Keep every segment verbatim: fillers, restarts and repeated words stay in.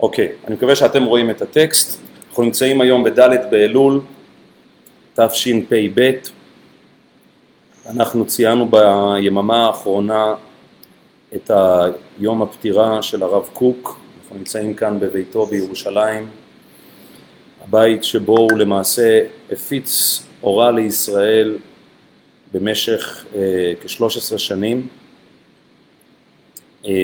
אוקיי, אני מקווה שאתם רואים את הטקסט. אנחנו נמצאים היום בד' באלול, תשפ"ב. אנחנו ציינו ביממה האחרונה את יום הפטירה של הרב קוק. אנחנו נמצאים כאן בביתו בירושלים, הבית שבו הוא למעשה הפיץ אורה לישראל במשך אה, כ-שלוש עשרה שנים. אה,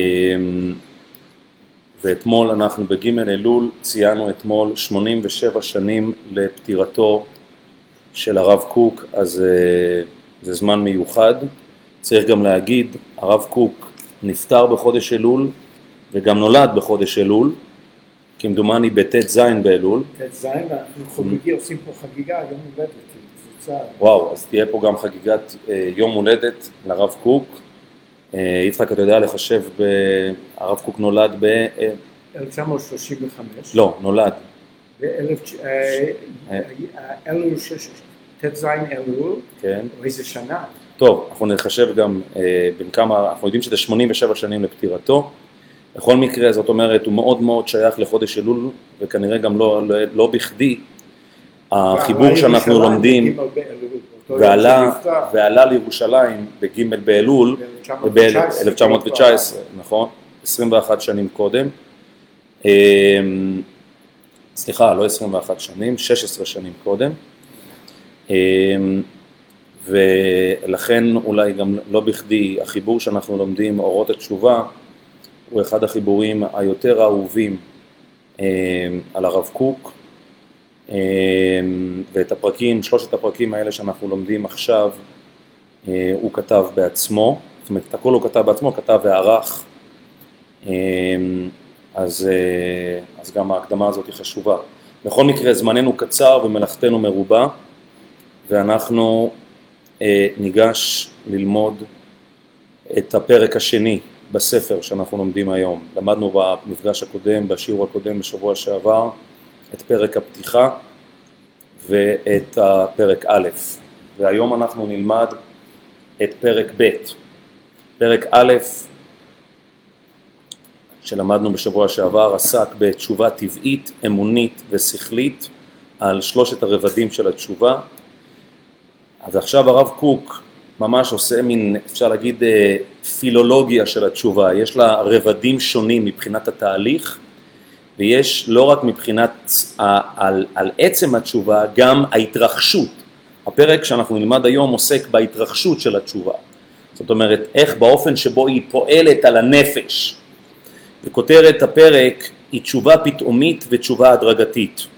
ואתמול אנחנו בג' אלול ציינו אתמול שמונים ושבע שנים לפטירתו של הרב קוק, אז אה, זה זמן מיוחד. צריך גם להגיד, הרב קוק נפטר בחודש אלול וגם נולד בחודש אלול, כמדומני בט' זין באלול. ט' זין, אנחנו חוגגים, עושים פה חגיגה, יום הולדת, קבוצה. וואו, אז תהיה פה גם חגיגת אה, יום הולדת לרב קוק. אה, יצחק, אתה יודע לחשב, ב... הרב קוק נולד ב... אה, אלף תשע מאות שלושים וחמש. לא, נולד. באלף... אלול, ט' זין אלול, כן. ואיזה שנה? טוב, אנחנו נחשב גם אה, בין כמה, אנחנו יודעים שזה שמונים ושבע שנים לפטירתו. בכל מקרה, זאת אומרת, הוא מאוד מאוד שייך לחודש אלול, וכנראה גם לא, לא, לא בכדי, החיבור שאנחנו לומדים, ועלה, ועלה לירושלים בג' באלול, ב-אלף תשע מאות תשע עשרה, נכון? עשרים ואחת שנים קודם. סליחה, לא עשרים ואחת שנים, שש עשרה שנים קודם. ולכן אולי גם לא בכדי, החיבור שאנחנו לומדים, אורות התשובה, הוא אחד החיבורים היותר אהובים אה, על הרב קוק, אה, ואת הפרקים, שלושת הפרקים האלה שאנחנו לומדים עכשיו, אה, הוא כתב בעצמו, זאת אומרת, את הכל הוא כתב בעצמו, כתב וערך, אה, אז, אה, אז גם ההקדמה הזאת היא חשובה. בכל מקרה, זמננו קצר ומלאכתנו מרובה, ואנחנו אה, ניגש ללמוד את הפרק השני, בספר שאנחנו לומדים היום. למדנו במפגש הקודם, בשיעור הקודם בשבוע שעבר, את פרק הפתיחה ואת הפרק א', והיום אנחנו נלמד את פרק ב'. פרק א' שלמדנו בשבוע שעבר עסק בתשובה טבעית, אמונית ושכלית על שלושת הרבדים של התשובה. אז עכשיו הרב קוק ממש עושה מין, אפשר להגיד, פילולוגיה של התשובה. יש לה רבדים שונים מבחינת התהליך, ויש לא רק מבחינת על, על עצם התשובה, גם ההתרחשות. הפרק שאנחנו נלמד היום עוסק בהתרחשות של התשובה. זאת אומרת, איך באופן שבו היא פועלת על הנפש. וכותרת הפרק היא תשובה פתאומית ותשובה הדרגתית.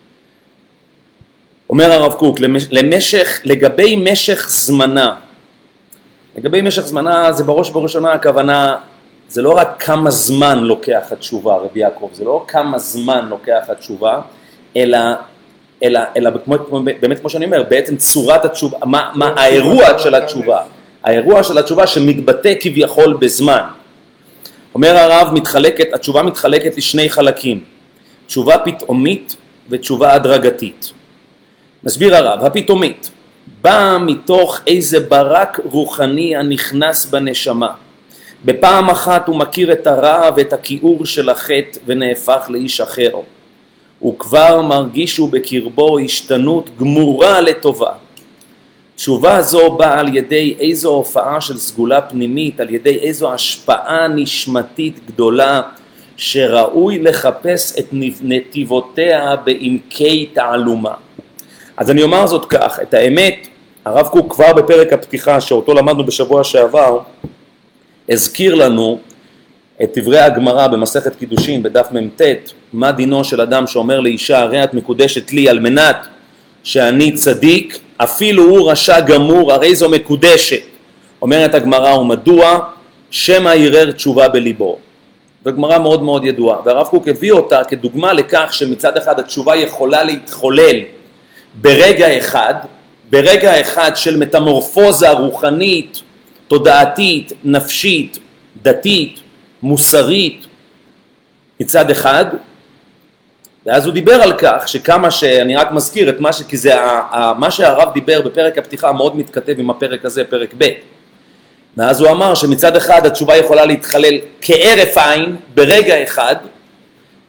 אומר הרב קוק, למשך, לגבי משך זמנה, לגבי משך זמנה זה בראש בראשונה הכוונה, זה לא רק כמה זמן לוקח התשובה, רבי יעקב, זה לא כמה זמן לוקח התשובה, אלא, אלא, אלא באמת כמו שאני אומר, בעצם צורת התשובה, מה, מה האירוע של התשובה, האירוע של התשובה שמתבטא כביכול בזמן. אומר הרב, מתחלקת, התשובה מתחלקת לשני חלקים, תשובה פתאומית ותשובה הדרגתית. מסביר הרב, הפתאומית בא מתוך איזה ברק רוחני הנכנס בנשמה. בפעם אחת הוא מכיר את הרע ואת הכיעור של החטא ונהפך לאיש אחר. הוא כבר מרגיש בקרבו השתנות גמורה לטובה. תשובה זו באה על ידי איזו הופעה של סגולה פנימית, על ידי איזו השפעה נשמתית גדולה, שראוי לחפש את נתיבותיה בעמקי תעלומה. אז אני אומר זאת כך, את האמת, הרב קוק כבר בפרק הפתיחה שאותו למדנו בשבוע שעבר, הזכיר לנו את דברי הגמרא במסכת קידושין בדף מ"ט, מה דינו של אדם שאומר לאישה, הרי את מקודשת לי על מנת שאני צדיק, אפילו הוא רשע גמור, הרי זו מקודשת. אומרת הגמרא, ומדוע? שמא ירר תשובה בליבו. וגמרא מאוד מאוד ידועה, והרב קוק הביא אותה כדוגמה לכך שמצד אחד התשובה יכולה להתחולל ברגע אחד, ברגע אחד של מטמורפוזה רוחנית, תודעתית, נפשית, דתית, מוסרית, מצד אחד, ואז הוא דיבר על כך שכמה שאני רק מזכיר את מה ש... כי זה מה שהרב דיבר בפרק הפתיחה מאוד מתכתב עם הפרק הזה, פרק ב'. ואז הוא אמר שמצד אחד התשובה יכולה להתחלל כהרף עין ברגע אחד,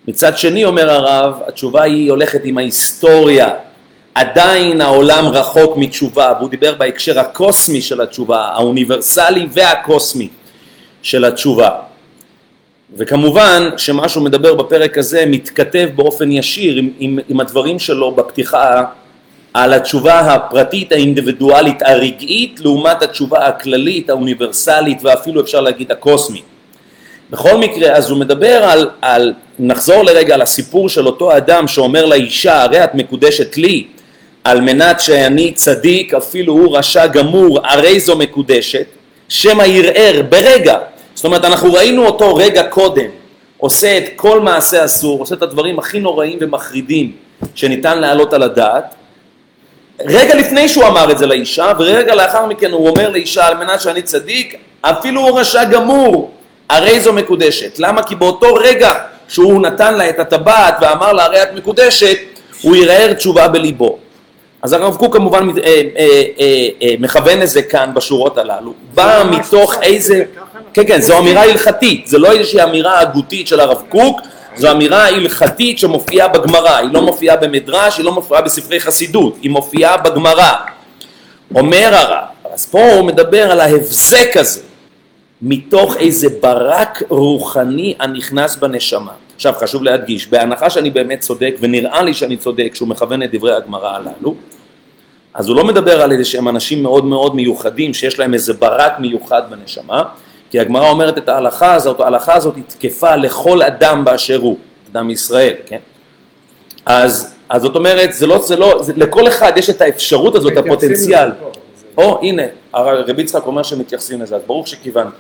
מצד שני, אומר הרב, התשובה היא הולכת עם ההיסטוריה. עדיין העולם רחוק מתשובה, והוא דיבר בהקשר הקוסמי של התשובה, האוניברסלי והקוסמי של התשובה. וכמובן שמה שהוא מדבר בפרק הזה מתכתב באופן ישיר עם, עם, עם הדברים שלו בפתיחה על התשובה הפרטית האינדיבידואלית הרגעית לעומת התשובה הכללית האוניברסלית ואפילו אפשר להגיד הקוסמית. בכל מקרה אז הוא מדבר על, על נחזור לרגע על הסיפור של אותו אדם שאומר לאישה הרי את מקודשת לי על מנת שאני צדיק אפילו הוא רשע גמור הרי זו מקודשת שמא ירער ברגע. זאת אומרת אנחנו ראינו אותו רגע קודם עושה את כל מעשה אסור, עושה את הדברים הכי נוראים ומחרידים שניתן להעלות על הדעת רגע לפני שהוא אמר את זה לאישה ורגע לאחר מכן הוא אומר לאישה על מנת שאני צדיק אפילו הוא רשע גמור הרי זו מקודשת. למה? כי באותו רגע שהוא נתן לה את הטבעת ואמר לה הרי את מקודשת הוא ירער תשובה בליבו. אז הרב קוק כמובן אה, אה, אה, אה, מכוון לזה כאן בשורות הללו בא מתוך איזה כן כן זו אמירה הלכתית זה לא איזושהי אמירה הגותית של הרב קוק זו אמירה הלכתית שמופיעה בגמרא היא לא מופיעה במדרש היא לא מופיעה בספרי חסידות היא מופיעה בגמרא. אומר הרב אז פה הוא מדבר על ההבזק הזה מתוך איזה ברק רוחני הנכנס בנשמה. עכשיו חשוב להדגיש, בהנחה שאני באמת צודק ונראה לי שאני צודק שהוא מכוון את דברי הגמרא הללו, אז הוא לא מדבר על איזה שהם אנשים מאוד מאוד מיוחדים שיש להם איזה ברק מיוחד בנשמה, כי הגמרא אומרת את ההלכה הזאת, ההלכה הזאת היא תקפה לכל אדם באשר הוא, אדם ישראל, כן? אז, אז זאת אומרת, זה לא, זה לא, זה, לכל אחד יש את האפשרות הזאת, הפוטנציאל. או, הנה, רבי יצחק אומר שמתייחסים לזה, אז ברוך שכיוונתי.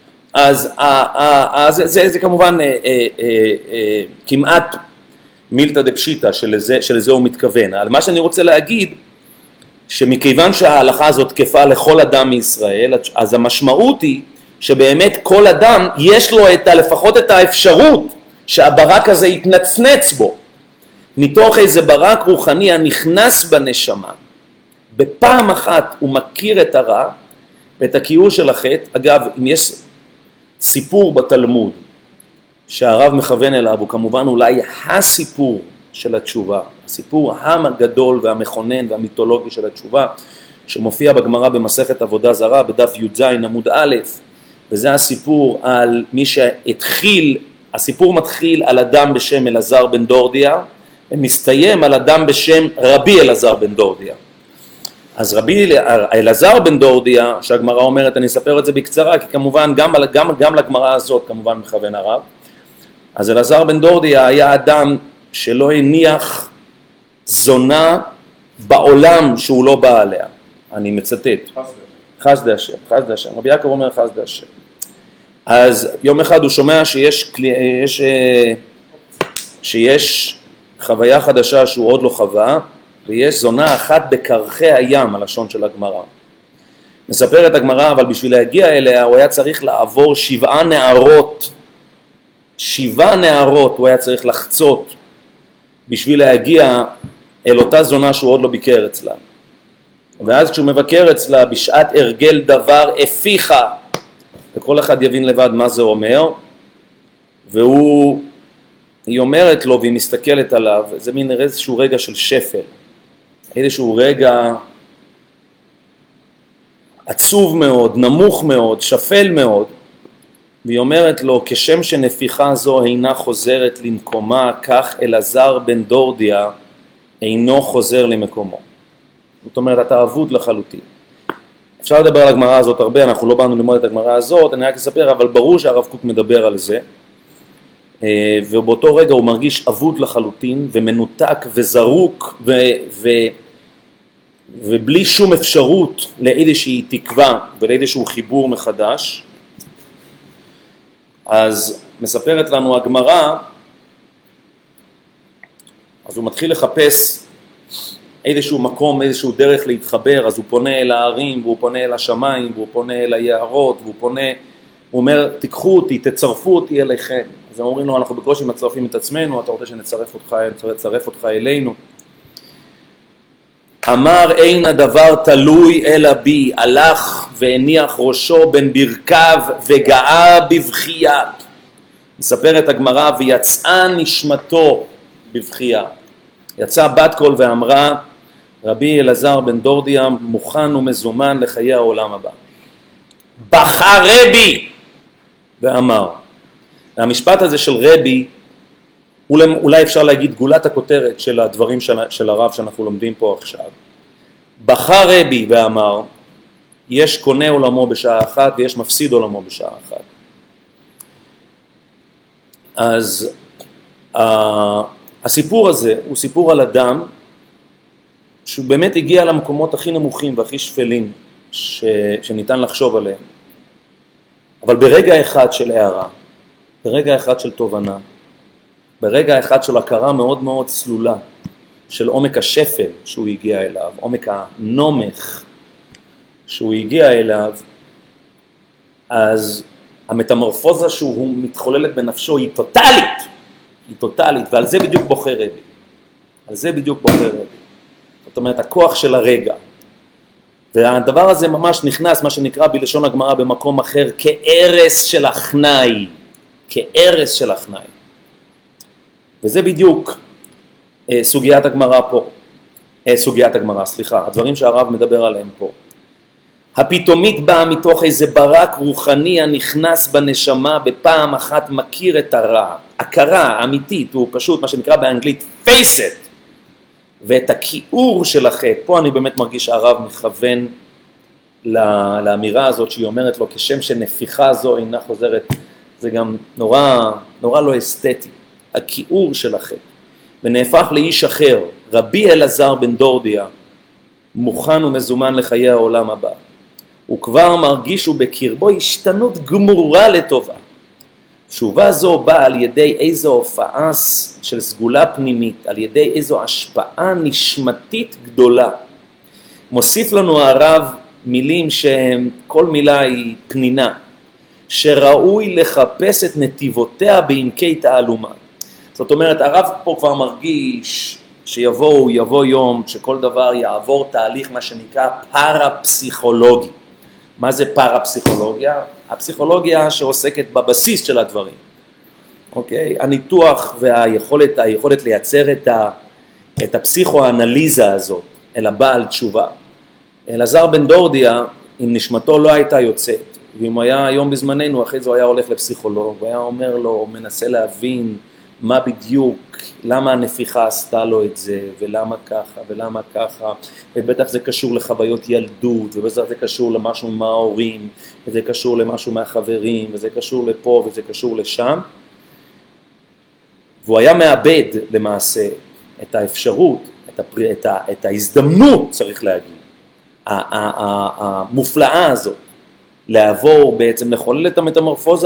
אז זה, זה, זה כמובן אה, אה, אה, כמעט מילתא דפשיטא שלזה, שלזה הוא מתכוון. אבל מה שאני רוצה להגיד, שמכיוון שההלכה הזאת תקפה לכל אדם מישראל, אז המשמעות היא שבאמת כל אדם יש לו את, לפחות את האפשרות שהברק הזה יתנצנץ בו, מתוך איזה ברק רוחני הנכנס בנשמה. בפעם אחת הוא מכיר את הרע ואת הכיעור של החטא. אגב, אם יש סיפור בתלמוד שהרב מכוון אליו, הוא כמובן אולי הסיפור של התשובה, הסיפור הגדול והמכונן והמיתולוגי של התשובה, שמופיע בגמרא במסכת עבודה זרה בדף י"ז עמוד א', וזה הסיפור על מי שהתחיל, הסיפור מתחיל על אדם בשם אלעזר בן דורדיה, ומסתיים על אדם בשם רבי אלעזר בן דורדיה. אז רבי אלעזר בן דורדיה, שהגמרא אומרת, אני אספר את זה בקצרה, כי כמובן גם, גם, גם לגמרא הזאת כמובן מכוון הרב. אז אלעזר בן דורדיה היה אדם שלא הניח זונה בעולם שהוא לא בא עליה. אני מצטט. חסדי השם, חסדי השם. רבי יעקב אומר חסדי השם. אז יום אחד הוא שומע שיש, יש, שיש חוויה חדשה שהוא עוד לא חווה, ויש זונה אחת בקרחי הים, הלשון של הגמרא. מספרת הגמרא, אבל בשביל להגיע אליה הוא היה צריך לעבור שבעה נערות, שבעה נערות הוא היה צריך לחצות בשביל להגיע אל אותה זונה שהוא עוד לא ביקר אצלה. ואז כשהוא מבקר אצלה בשעת הרגל דבר הפיכה, וכל אחד יבין לבד מה זה אומר, והוא, היא אומרת לו והיא מסתכלת עליו, זה מין איזשהו רגע של שפל, איזשהו רגע עצוב מאוד, נמוך מאוד, שפל מאוד, והיא אומרת לו, כשם שנפיחה זו אינה חוזרת למקומה, כך אלעזר בן דורדיה אינו חוזר למקומו. זאת אומרת, אתה אבוד לחלוטין. אפשר לדבר על הגמרא הזאת הרבה, אנחנו לא באנו ללמוד את הגמרא הזאת, אני רק אספר, אבל ברור שהרב קוק מדבר על זה, ובאותו רגע הוא מרגיש אבוד לחלוטין, ומנותק וזרוק, ו... ו... ובלי שום אפשרות לאיזושהי תקווה ולאיזשהו חיבור מחדש. אז מספרת לנו הגמרא, אז הוא מתחיל לחפש איזשהו מקום, איזשהו דרך להתחבר, אז הוא פונה אל הערים, והוא פונה אל השמיים, והוא פונה אל היערות, והוא פונה, הוא אומר, תיקחו אותי, תצרפו אותי אליכם. אז הם אומרים לו, אנחנו בקושי מצרפים את עצמנו, אתה רוצה שנצרף אותך, נצרף אותך אלינו. אמר, אין הדבר תלוי אלא בי, הלך והניח ראשו בין ברכיו וגאה בבכייה. מספרת הגמרא, ויצאה נשמתו בבכייה. יצאה בת קול ואמרה, רבי אלעזר בן דורדיה מוכן ומזומן לחיי העולם הבא. בכה רבי ואמר. המשפט הזה של רבי, אולי אפשר להגיד גולת הכותרת של הדברים של, של הרב שאנחנו לומדים פה עכשיו. בכה רבי ואמר, יש קונה עולמו בשעה אחת ויש מפסיד עולמו בשעה אחת. אז uh, הסיפור הזה הוא סיפור על אדם שהוא באמת הגיע למקומות הכי נמוכים והכי שפלים ש, שניתן לחשוב עליהם. אבל ברגע אחד של הערה, ברגע אחד של תובנה, ברגע אחד של הכרה מאוד מאוד צלולה של עומק השפל שהוא הגיע אליו, עומק הנומך שהוא הגיע אליו, אז המטמורפוזה שהוא מתחוללת בנפשו היא טוטלית, היא טוטלית, ועל זה בדיוק בוחר רבי. על זה בדיוק בוחר רבי. זאת אומרת, הכוח של הרגע. והדבר הזה ממש נכנס, מה שנקרא בלשון הגמרא במקום אחר, כארס של החנאי. כארס של החנאי. וזה בדיוק אה, סוגיית הגמרא פה. אה, סוגיית הגמרא, סליחה, הדברים שהרב מדבר עליהם פה. הפתאומית באה מתוך איזה ברק רוחני הנכנס בנשמה, בפעם אחת מכיר את הרע. הכרה אמיתית, הוא פשוט מה שנקרא באנגלית face it. ואת הכיעור של החטא, פה אני באמת מרגיש שהרב מכוון לאמירה הזאת שהיא אומרת לו, כשם שנפיחה זו אינה חוזרת, זה גם נורא, נורא לא אסתטי, הכיעור של החטא. ונהפך לאיש אחר, רבי אלעזר בן דורדיה, מוכן ומזומן לחיי העולם הבא. הוא כבר מרגיש ובקרבו השתנות גמורה לטובה. תשובה זו באה על ידי איזו הופעה של סגולה פנימית, על ידי איזו השפעה נשמתית גדולה. מוסיף לנו הרב מילים שכל מילה היא פנינה, שראוי לחפש את נתיבותיה בעמקי תעלומה. זאת אומרת, הרב פה כבר מרגיש שיבוא, יבוא יום שכל דבר יעבור תהליך מה שנקרא פרפסיכולוגי. מה זה פרפסיכולוגיה? הפסיכולוגיה שעוסקת בבסיס של הדברים. אוקיי? הניתוח והיכולת, היכולת לייצר את, ה, את הפסיכואנליזה הזאת, אל הבעל תשובה. אלעזר בן דורדיה, אם נשמתו לא הייתה יוצאת, ואם הוא היה היום בזמננו, אחרי זה הוא היה הולך לפסיכולוג, הוא היה אומר לו, מנסה להבין מה בדיוק, למה הנפיחה עשתה לו את זה, ולמה ככה, ולמה ככה, ובטח זה קשור לחוויות ילדות, ובטח זה קשור למשהו מההורים, וזה קשור למשהו מהחברים, וזה קשור לפה, וזה קשור לשם. והוא היה מאבד למעשה את האפשרות, את, הפר... את, ה... את ההזדמנות, צריך להגיד, המופלאה הזאת, לעבור בעצם, לחולל את המטמורפוזה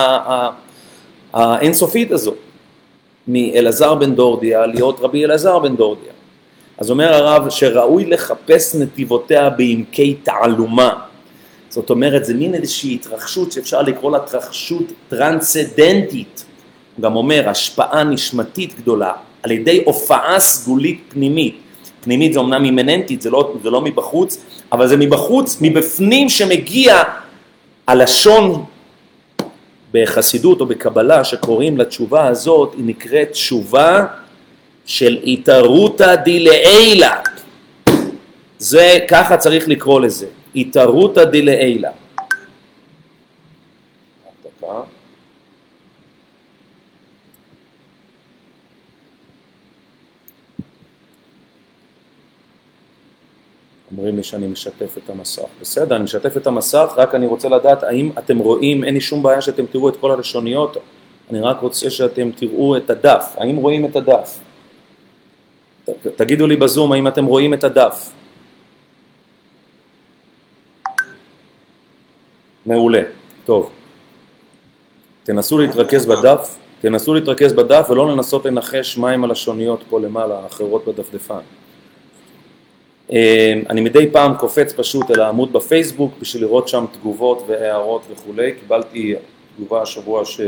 האינסופית הזאת, מאלעזר בן דורדיה להיות רבי אלעזר בן דורדיה. אז אומר הרב שראוי לחפש נתיבותיה בעמקי תעלומה. זאת אומרת, זה מין איזושהי התרחשות שאפשר לקרוא לה התרחשות טרנסצדנטית. הוא גם אומר, השפעה נשמתית גדולה, על ידי הופעה סגולית פנימית. פנימית זה אומנם אימננטית, זה לא, זה לא מבחוץ, אבל זה מבחוץ, מבפנים שמגיע הלשון בחסידות או בקבלה שקוראים לתשובה הזאת, היא נקראת תשובה של התערותא דלעילא. זה ככה צריך לקרוא לזה, התערותא דלעילא. אומרים לי שאני משתף את המסך. בסדר, אני משתף את המסך, רק אני רוצה לדעת האם אתם רואים, אין לי שום בעיה שאתם תראו את כל הלשוניות, אני רק רוצה שאתם תראו את הדף. האם רואים את הדף? תגידו לי בזום האם אתם רואים את הדף. מעולה, טוב. תנסו להתרכז בדף, תנסו להתרכז בדף ולא לנסות לנחש מהם הלשוניות פה למעלה, האחרות בדפדפן. אני מדי פעם קופץ פשוט אל העמוד בפייסבוק בשביל לראות שם תגובות והערות וכולי. קיבלתי תגובה השבוע ש...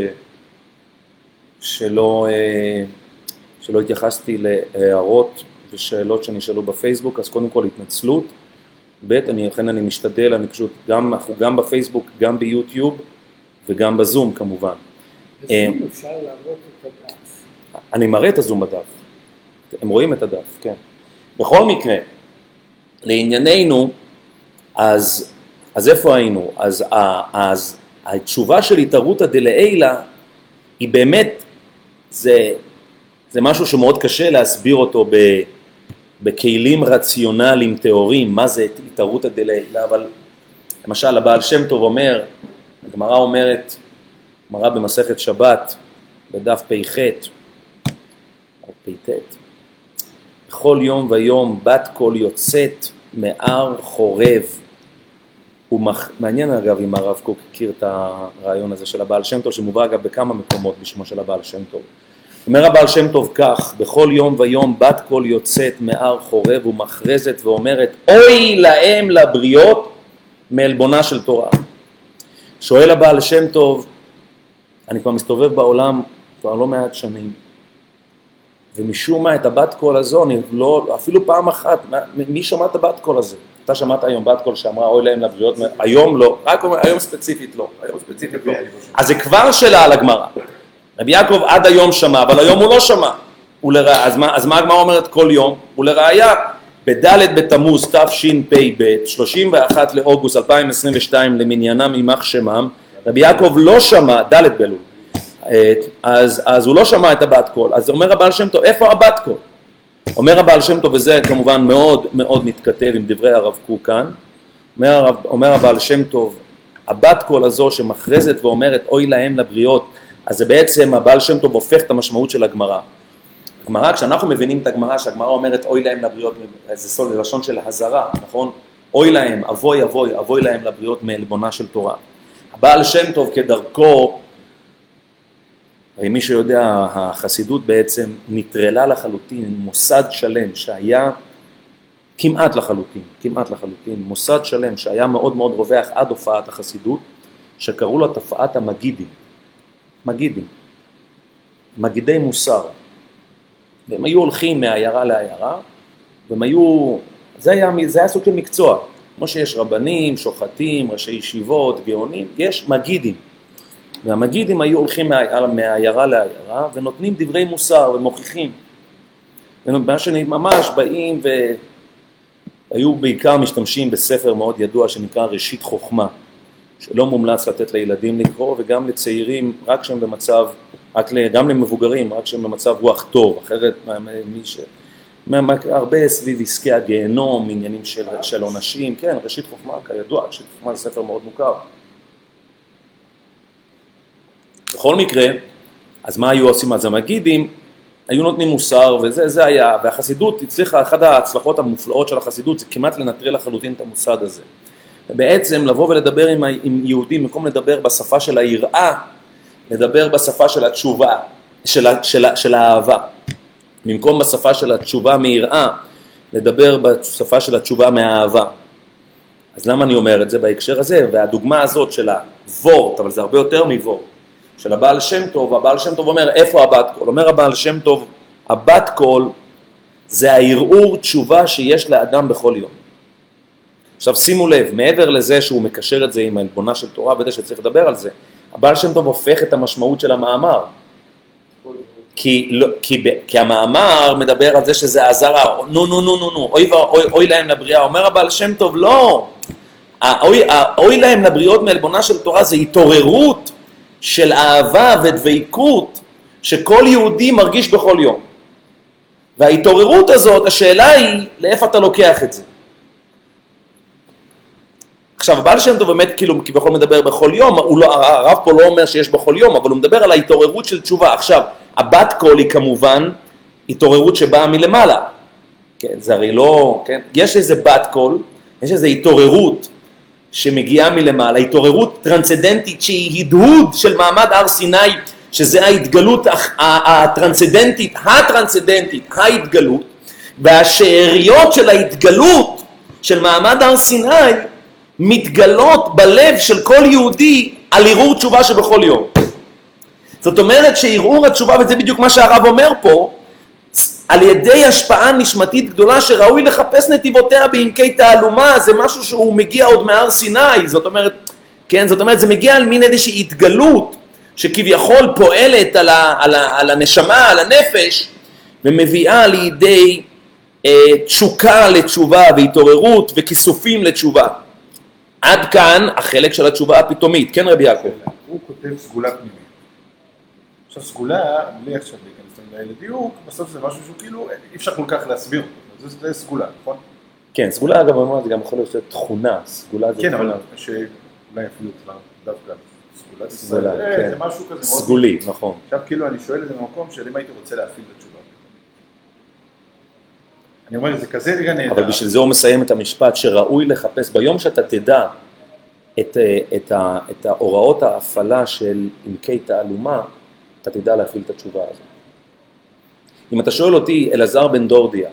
שלא, שלא התייחסתי להערות ושאלות שנשאלו בפייסבוק, אז קודם כל התנצלות. ב' אני, לכן אני משתדל, אני פשוט גם, אנחנו גם בפייסבוק, גם ביוטיוב וגם בזום כמובן. בזום אפשר להראות את הדף. אני מראה את הזום בדף, הם רואים את הדף, כן. בכל מקרה, לענייננו, אז, אז איפה היינו? אז, אז התשובה של התערותא דלעילא היא באמת, זה, זה משהו שמאוד קשה להסביר אותו ב, בכלים רציונליים תיאוריים, מה זה התערותא דלעילא, אבל למשל הבעל שם טוב אומר, הגמרא אומרת, גמרא במסכת שבת, בדף פ"ח, או פ"ט, בכל יום ויום בת קול יוצאת מהר חורב. הוא מח... מעניין אגב אם הרב קוק הכיר את הרעיון הזה של הבעל שם טוב, שמובא אגב בכמה מקומות בשמו של הבעל שם טוב. אומר הבעל שם טוב כך, בכל יום ויום בת קול יוצאת מהר חורב ומכרזת ואומרת, אוי להם לבריות מעלבונה של תורה. שואל הבעל שם טוב, אני כבר מסתובב בעולם כבר לא מעט שנים, ומשום מה את הבת קול הזו, אני לא, אפילו פעם אחת, מי שמע את הבת קול הזה? אתה שמעת היום בת קול שאמרה אוי להם לבריות, היום לא, רק היום ספציפית לא, היום ספציפית לא. אז זה כבר שאלה על הגמרא. רבי יעקב עד היום שמע, אבל היום הוא לא שמע. ולרא... אז מה, אז מה הגמרא אומרת כל יום? ולראיה, בד' בתמוז תשפ"ב, שלושים ואחד לאוגוסט אלפיים עשרים ושתיים למניינם יימח שמם, רבי יעקב לא שמע, ד' באלול. אז, אז הוא לא שמע את הבת קול, אז אומר הבעל שם טוב, איפה הבת קול? אומר הבעל שם טוב, וזה כמובן מאוד מאוד מתכתב עם דברי הרב קוק כאן, אומר, אומר הבעל שם טוב, הבת קול הזו שמכרזת ואומרת אוי להם לבריות, אז זה בעצם הבעל שם טוב הופך את המשמעות של הגמרא. הגמרא, כשאנחנו מבינים את הגמרא, שהגמרא אומרת אוי להם לבריות, זה סול, לשון של הזרה, נכון? אוי להם, אבוי אבוי, אבוי להם לבריות מעלבונה של תורה. הבעל שם טוב כדרכו, הרי מי שיודע, החסידות בעצם נטרלה לחלוטין, מוסד שלם שהיה כמעט לחלוטין, כמעט לחלוטין, מוסד שלם שהיה מאוד מאוד רווח עד הופעת החסידות, שקראו לו תופעת המגידים, מגידים, מגידי מוסר, והם היו הולכים מהעיירה לעיירה, והם היו, זה היה, זה היה סוג של מקצוע, כמו שיש רבנים, שוחטים, ראשי ישיבות, גאונים, יש מגידים, והמגידים היו הולכים מהעיירה לעיירה ונותנים דברי מוסר ומוכיחים. ומה ממש באים והיו בעיקר משתמשים בספר מאוד ידוע שנקרא ראשית חוכמה, שלא מומלץ לתת לילדים לקרוא וגם לצעירים רק שהם במצב, רק גם למבוגרים, רק שהם במצב רוח טוב, אחרת מי ש... הרבה סביב עסקי הגיהנום, עניינים של, של עונשים, כן, ראשית חוכמה כידוע, ראשית חוכמה זה ספר מאוד מוכר. בכל מקרה, אז מה היו עושים? אז המגידים היו נותנים מוסר, וזה זה היה, והחסידות הצליחה, אחת ההצלחות המופלאות של החסידות, זה כמעט לנטרל לחלוטין את המוסד הזה. ובעצם לבוא ולדבר עם, עם יהודים, במקום לדבר בשפה של היראה, לדבר בשפה של התשובה, של, של, של האהבה. במקום בשפה של התשובה מיראה, לדבר בשפה של התשובה מהאהבה. אז למה אני אומר את זה בהקשר הזה? והדוגמה הזאת של הוורט, אבל זה הרבה יותר מוורט, של הבעל שם טוב, הבעל שם טוב אומר, איפה הבת קול? אומר הבעל שם טוב, הבת קול זה הערעור תשובה שיש לאדם בכל יום. עכשיו שימו לב, מעבר לזה שהוא מקשר את זה עם העלבונה של תורה, וזה שצריך לדבר על זה, הבעל שם טוב הופך את המשמעות של המאמר. כי, לא, כי, כי המאמר מדבר על זה שזה הזרה, נו נו נו נו נו, אוי, אוי, אוי להם לבריאה, אומר הבעל שם טוב, לא, האוי, האוי להם לבריות מעלבונה של תורה זה התעוררות של אהבה ודבקות שכל יהודי מרגיש בכל יום. וההתעוררות הזאת, השאלה היא, לאיפה אתה לוקח את זה? עכשיו, הבעל שם טוב באמת כאילו כביכול מדבר בכל יום, הוא לא, הרב פה לא אומר שיש בכל יום, אבל הוא מדבר על ההתעוררות של תשובה. עכשיו, הבת קול היא כמובן התעוררות שבאה מלמעלה. כן, זה הרי לא, כן? יש איזה בת קול, יש איזה התעוררות שמגיעה מלמעלה, התעוררות טרנסצדנטית שהיא הדהוד של מעמד הר סיני, שזה ההתגלות הטרנסצדנטית, הטרנסצדנטית, ההתגלות, והשאריות של ההתגלות של מעמד הר סיני מתגלות בלב של כל יהודי על ערעור תשובה שבכל יום. זאת אומרת שערעור התשובה, וזה בדיוק מה שהרב אומר פה, על ידי השפעה נשמתית גדולה שראוי לחפש נתיבותיה בעמקי תעלומה, זה משהו שהוא מגיע עוד מהר סיני, זאת אומרת, כן, זאת אומרת, זה מגיע על מין איזושהי התגלות שכביכול פועלת על, ה, על, ה, על הנשמה, על הנפש, ומביאה לידי אה, תשוקה לתשובה והתעוררות וכיסופים לתשובה. עד כאן החלק של התשובה הפתאומית, כן רבי יעקב? הוא כותב סגולה פנימית. עכשיו סגולה, בלי עכשיו להיכנס לדיוק, בסוף זה משהו שהוא כאילו אי אפשר כל כך להסביר אותו, זה, זה סגולה, נכון? כן, סגולה אגב, זה גם יכול להיות תכונה, סגולה זה כן, תכונה. אבל שאולי אפילו דווקא סגולה, סגולה, זה, כן. זה משהו כזה מאוד... סגולי, נכון. עכשיו כאילו אני שואל את זה במקום של אם הייתי רוצה להפעיל את התשובה. אני אומר, זה כזה רגע נהדר. אבל בשביל זה הוא מסיים את המשפט שראוי לחפש, ביום שאתה תדע את, את, ה, את ההוראות ההפעלה של עמקי תעלומה, אתה תדע להפעיל את התשובה הזאת. אם אתה שואל אותי, אלעזר בן דורדיה,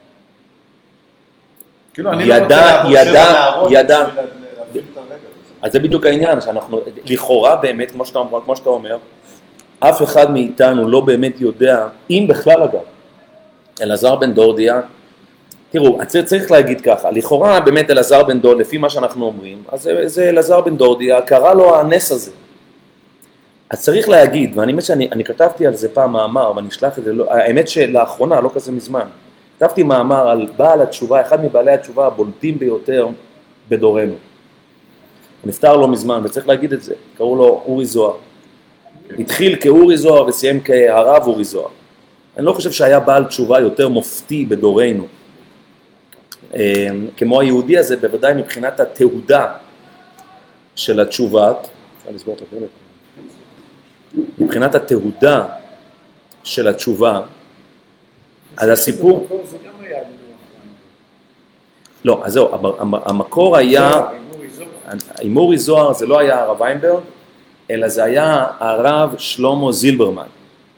כאילו אני ידע, לא רוצה לעבור ידע, שבע נערות ידע. בשביל להפעיל את הרגע הזה. אז זה בדיוק העניין, שאנחנו, לכאורה באמת, כמו שאתה, כמו שאתה אומר, אף אחד מאיתנו לא באמת יודע, אם בכלל אגב, אלעזר בן דורדיה, תראו, צריך להגיד ככה, לכאורה באמת אלעזר בן דורדיה, לפי מה שאנחנו אומרים, אז זה, זה אלעזר בן דורדיה, קרא לו הנס הזה. אז צריך להגיד, ואני שאני, אני כתבתי על זה פעם מאמר, ואני אשלח את זה, לא, האמת שלאחרונה, לא כזה מזמן, כתבתי מאמר על בעל התשובה, אחד מבעלי התשובה הבולטים ביותר בדורנו. הוא נפטר לא מזמן, וצריך להגיד את זה, קראו לו אורי זוהר. התחיל כאורי זוהר וסיים כהרב אורי זוהר. אני לא חושב שהיה בעל תשובה יותר מופתי בדורנו, כמו היהודי הזה, בוודאי מבחינת התהודה של התשובה, אפשר לסגור את הפרק, מבחינת התהודה של התשובה, אז הסיפור... זה גם היה... לא, אז זהו, המקור היה... עם אורי זוהר זה לא היה הרב ויינברג, אלא זה היה הרב שלמה זילברמן.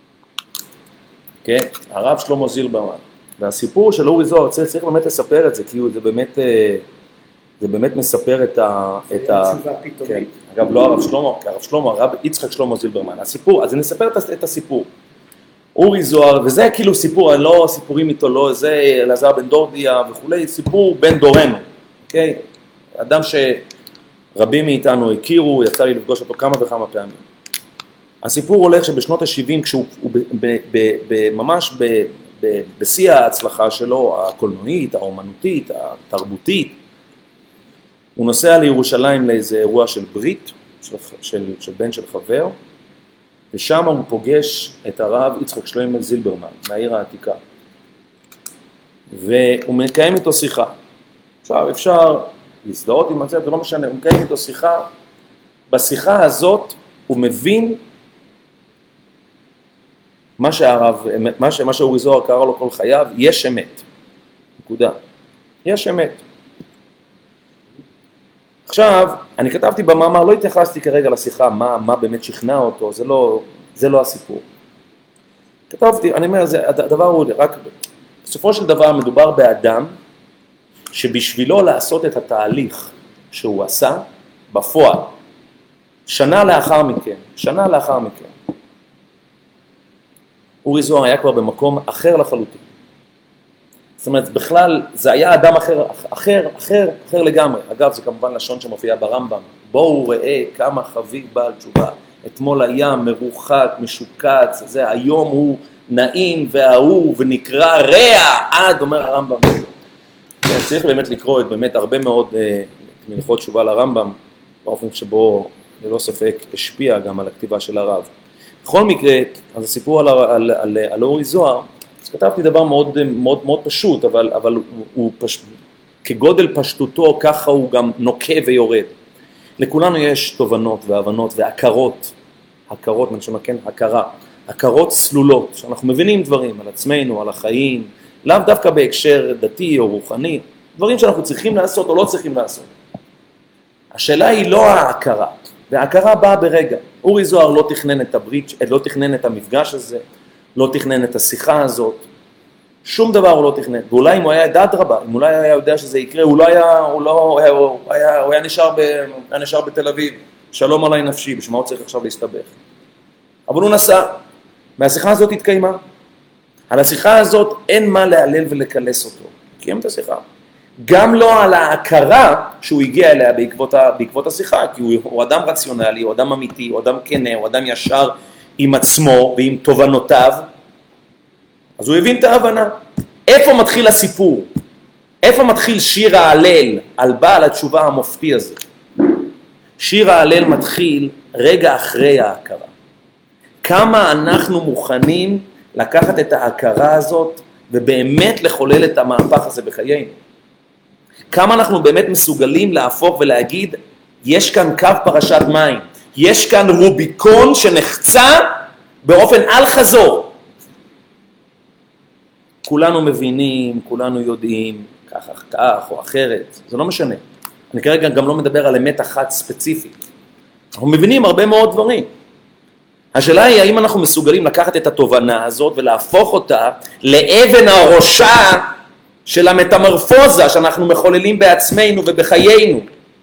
כן? הרב שלמה זילברמן. והסיפור של אורי זוהר, צריך, צריך באמת לספר את זה, כי זה באמת, זה באמת מספר את ה... זה את ה... תשובה פתאומית. כן. אגב, לא הרב שלמה, הרב שלמה, הרב יצחק שלמה זילברמן. הסיפור, אז אני אספר את הסיפור. אורי זוהר, וזה כאילו סיפור, אני לא סיפורים איתו, לא, זה אלעזר בן דורדיה וכולי, סיפור בן דורנו, אוקיי? אדם שרבים מאיתנו הכירו, יצא לי לפגוש אותו כמה וכמה פעמים. הסיפור הולך שבשנות ה-שבעים, כשהוא ב, ב, ב, ב, ממש ב, ב, בשיא ההצלחה שלו, הקולנועית, האומנותית, התרבותית, הוא נוסע לירושלים לאיזה אירוע של ברית, של, של, של בן של חבר, ושם הוא פוגש את הרב יצחק שלמה זילברמן, מהעיר העתיקה. והוא מקיים איתו שיחה. עכשיו אפשר להזדהות עם זה, זה לא משנה, הוא מקיים איתו שיחה. בשיחה הזאת הוא מבין מה שהרב, מה, ש, מה שאורי זוהר קרא לו כל חייו, יש אמת. נקודה. יש אמת. עכשיו, אני כתבתי במאמר, לא התייחסתי כרגע לשיחה, מה, מה באמת שכנע אותו, זה לא, זה לא הסיפור. כתבתי, אני אומר, זה, הדבר הוא רק, בסופו של דבר מדובר באדם, שבשבילו לעשות את התהליך שהוא עשה, בפועל, שנה לאחר מכן, שנה לאחר מכן, אורי זוהר היה כבר במקום אחר לחלוטין. זאת אומרת, בכלל, זה היה אדם אחר, אחר, אחר, אחר לגמרי. אגב, זה כמובן לשון שמופיע ברמב"ם. בואו ראה כמה חביב בעל תשובה. אתמול היה מרוחק, משוקץ, זה, היום הוא נעים ואהוב ונקרא רע, עד, אומר הרמב"ם. כן, צריך באמת לקרוא את באמת הרבה מאוד אה, מלכות תשובה לרמב"ם, באופן שבו, ללא ספק, השפיע גם על הכתיבה של הרב. בכל מקרה, אז הסיפור על, על, על, על אורי זוהר, אז כתבתי דבר מאוד, מאוד, מאוד פשוט, אבל, אבל הוא, הוא פש... כגודל פשטותו, ככה הוא גם נוקה ויורד. לכולנו יש תובנות והבנות והכרות, הכרות, נשמע כן, הכרה, הכרות סלולות, שאנחנו מבינים דברים על עצמנו, על החיים, לאו דווקא בהקשר דתי או רוחני, דברים שאנחנו צריכים לעשות או לא צריכים לעשות. השאלה היא לא ההכרה, וההכרה באה ברגע. אורי זוהר לא תכנן את הברית, לא תכנן את המפגש הזה, לא תכנן את השיחה הזאת, שום דבר הוא לא תכנן, ואולי אם הוא היה דעת רבה, אם אולי היה יודע שזה יקרה, הוא לא היה, הוא לא, הוא היה, הוא היה, הוא היה נשאר, ב, היה נשאר בתל אביב, שלום עליי נפשי, בשמה הוא צריך עכשיו להסתבך. אבל הוא נסע, והשיחה הזאת התקיימה. על השיחה הזאת אין מה להלל ולקלס אותו, קיים את השיחה. גם לא על ההכרה שהוא הגיע אליה בעקבות, ה, בעקבות השיחה, כי הוא, הוא אדם רציונלי, הוא אדם אמיתי, הוא אדם כנה, הוא אדם ישר עם עצמו ועם תובנותיו, אז הוא הבין את ההבנה. איפה מתחיל הסיפור? איפה מתחיל שיר ההלל על בעל התשובה המופתי הזה? שיר ההלל מתחיל רגע אחרי ההכרה. כמה אנחנו מוכנים לקחת את ההכרה הזאת ובאמת לחולל את המהפך הזה בחיינו? כמה אנחנו באמת מסוגלים להפוך ולהגיד, יש כאן קו פרשת מים, יש כאן רוביקון שנחצה באופן אל חזור. כולנו מבינים, כולנו יודעים, כך, כך או אחרת, זה לא משנה. אני כרגע גם לא מדבר על אמת אחת ספציפית. אנחנו מבינים הרבה מאוד דברים. השאלה היא, האם אנחנו מסוגלים לקחת את התובנה הזאת ולהפוך אותה לאבן הראשה של המטמורפוזה שאנחנו מחוללים בעצמנו ובחיינו.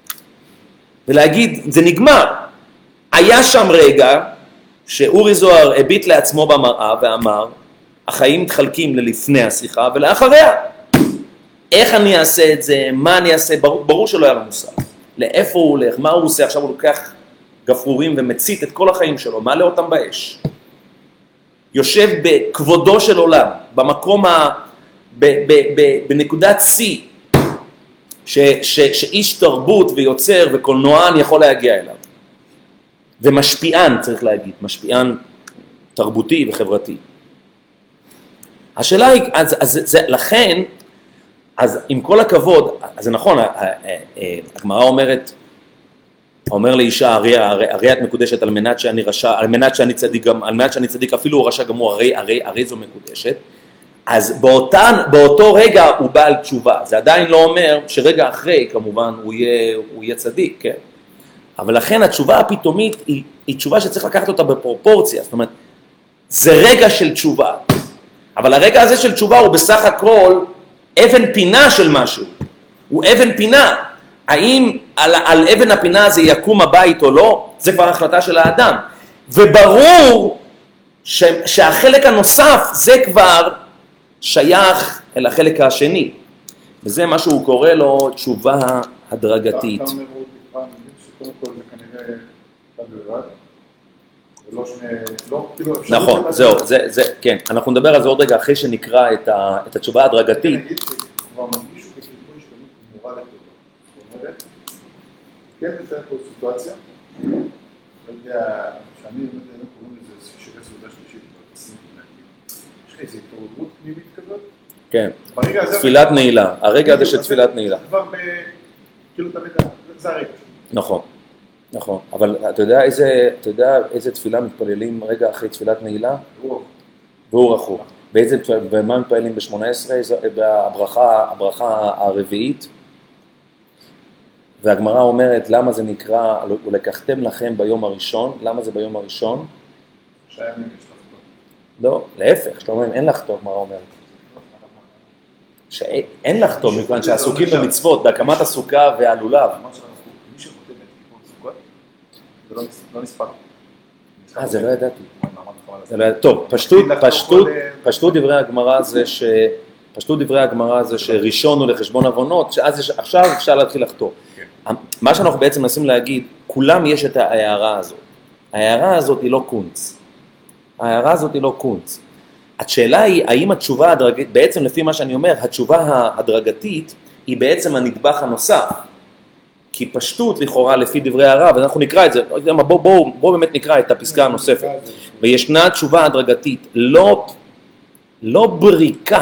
ולהגיד, זה נגמר. היה שם רגע שאורי זוהר הביט לעצמו במראה ואמר, החיים מתחלקים ללפני השיחה ולאחריה. איך אני אעשה את זה, מה אני אעשה, ברור, ברור שלא היה לו מושג. לאיפה הוא הולך, מה הוא עושה, עכשיו הוא לוקח גפרורים ומצית את כל החיים שלו, מעלה אותם באש. יושב בכבודו של עולם, במקום ה... ב, ב, ב, בנקודת C, ש, ש, שאיש תרבות ויוצר וקולנוען יכול להגיע אליו. ומשפיען, צריך להגיד, משפיען תרבותי וחברתי. השאלה היא, אז, אז זה, לכן, אז עם כל הכבוד, אז זה נכון, הגמרא אומרת, אומר לאישה, הרי, הרי, הרי את מקודשת על מנת שאני רשע, על מנת שאני צדיק גם, על מנת שאני צדיק אפילו הוא רשע גם הוא, הרי, הרי, הרי זו מקודשת. אז באותן, באותו רגע הוא בעל תשובה. זה עדיין לא אומר שרגע אחרי, כמובן, הוא יהיה, הוא יהיה צדיק, כן? אבל לכן התשובה הפתאומית היא, היא תשובה שצריך לקחת אותה בפרופורציה. זאת אומרת, זה רגע של תשובה. אבל הרגע הזה של תשובה הוא בסך הכל אבן פינה של משהו. הוא אבן פינה. האם על, על אבן הפינה הזה יקום הבית או לא, זה כבר החלטה של האדם. וברור ש, שהחלק הנוסף זה כבר שייך אל החלק השני. וזה מה שהוא קורא לו תשובה הדרגתית. אתה אומר עוד פעם, שקודם כל זה כנראה בלבד, ולא שני, לא, כאילו אפשר... נכון, זהו, זה, זה, כן. אנחנו נדבר על זה עוד רגע אחרי שנקרא את, ה, את התשובה הדרגתית. אני אגיד שכבר מרגישו בכיוון השתנות מורה לטובה. זאת אומרת, כן נתן פה סיטואציה, לא יודע, שאני לא יודע, קוראים לזה שירי סעודה שלישית, יש לי איזו התעוררות פנימית כזאת? כן, תפילת נעילה, הרגע הזה של תפילת נעילה. זה כבר ב... כאילו תמיד, זה הרגע. נכון, נכון, אבל אתה יודע איזה, אתה יודע איזה תפילה מתפללים רגע אחרי תפילת נעילה? והוא רחוק. באיזה, ומה מתפללים ב-שמונה עשרה? הברכה, הברכה הרביעית. והגמרא אומרת, למה זה נקרא, ולקחתם לכם ביום הראשון, למה זה ביום הראשון? שהיה מי יש לך טוב. לא, להפך, שאתה אומר, אין לך טוב, מה אומרת? שאין לך טוב, מכיוון שעסוקים במצוות, בהקמת הסוכה והלולב. מי שחותם את כיפור סוכות, זה לא נספר. אה, זה לא ידעתי. טוב, פשטות דברי הגמרא זה ש... פשטות דברי הגמרא זה שראשון הוא לחשבון עוונות, שאז עכשיו אפשר להתחיל לחתור. מה שאנחנו בעצם מנסים להגיד, כולם יש את ההערה הזאת. ההערה הזאת היא לא קונץ. ההערה הזאת היא לא קונץ. השאלה היא, האם התשובה הדרגתית, בעצם לפי מה שאני אומר, התשובה ההדרגתית היא בעצם הנדבך הנוסף. כי פשטות לכאורה לפי דברי הרב, ואנחנו נקרא את זה, בואו בוא, בוא באמת נקרא את הפסקה הנוספת. וישנה תשובה הדרגתית, לא, לא בריקה.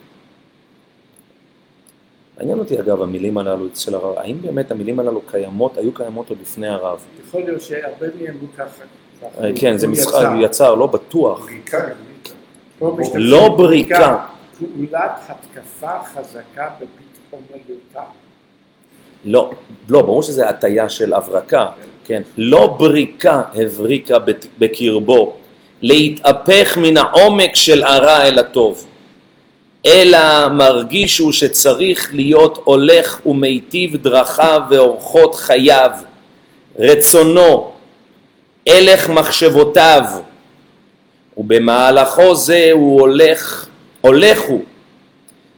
העניין אותי אגב, המילים הללו אצל הרב, האם באמת המילים הללו קיימות, היו קיימות עוד לפני הרב? יכול להיות שהרבה מהם הוא ככה. כן, זה משחק, הוא יצר, לא בטוח. בריקה, לא בריקה. פעולת התקפה חזקה בפתאומיותה. לא, לא, ברור שזה הטיה של הברקה, כן. לא בריקה הבריקה בקרבו, להתהפך מן העומק של הרע אל הטוב. אלא מרגישו שצריך להיות הולך ומיטיב דרכיו ואורחות חייו, רצונו, הלך מחשבותיו, ובמהלכו זה הוא הולך, הולך הוא,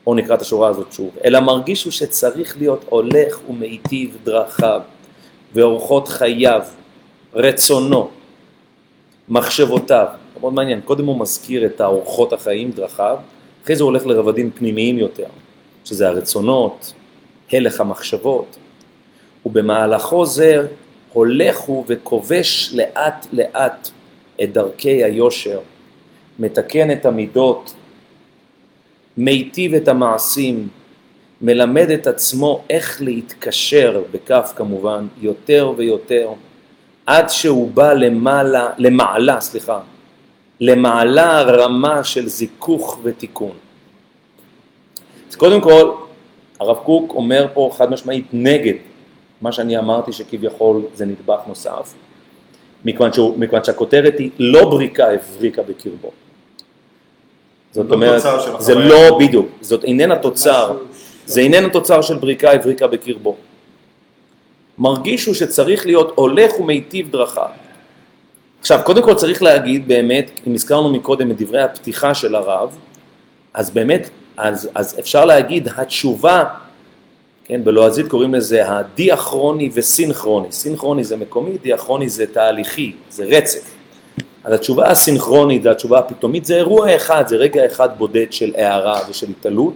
או נקרא את השורה הזאת שוב, אלא מרגישו שצריך להיות הולך ומיטיב דרכיו, ואורחות חייו, רצונו, מחשבותיו. מאוד מעניין, קודם הוא מזכיר את האורחות החיים, דרכיו, אחרי זה הוא הולך לרבדים פנימיים יותר, שזה הרצונות, הלך המחשבות, ובמהלכו זה הולך הוא וכובש לאט לאט את דרכי היושר, מתקן את המידות, מיטיב את המעשים, מלמד את עצמו איך להתקשר, בכף כמובן, יותר ויותר, עד שהוא בא למעלה, למעלה, סליחה, למעלה רמה של זיכוך ותיקון. אז קודם כל, הרב קוק אומר פה חד משמעית נגד מה שאני אמרתי שכביכול זה נדבך נוסף, מכיוון, שהוא, מכיוון שהכותרת היא לא בריקה הבריקה בקרבו. זאת אומרת, זה לא בדיוק, זאת איננה תוצר, זה איננה תוצר של בריקה הבריקה בקרבו. מרגישו שצריך להיות הולך ומיטיב דרכיו. עכשיו, קודם כל צריך להגיד באמת, אם הזכרנו מקודם את דברי הפתיחה של הרב, אז באמת, אז, אז אפשר להגיד התשובה, כן, בלועזית קוראים לזה הדיאכרוני וסינכרוני. סינכרוני זה מקומי, דיאכרוני זה תהליכי, זה רצף. אז התשובה הסינכרונית, התשובה הפתאומית, זה אירוע אחד, זה רגע אחד בודד של הערה ושל התעלות.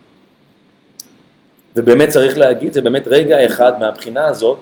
ובאמת צריך להגיד, זה באמת רגע אחד מהבחינה הזאת,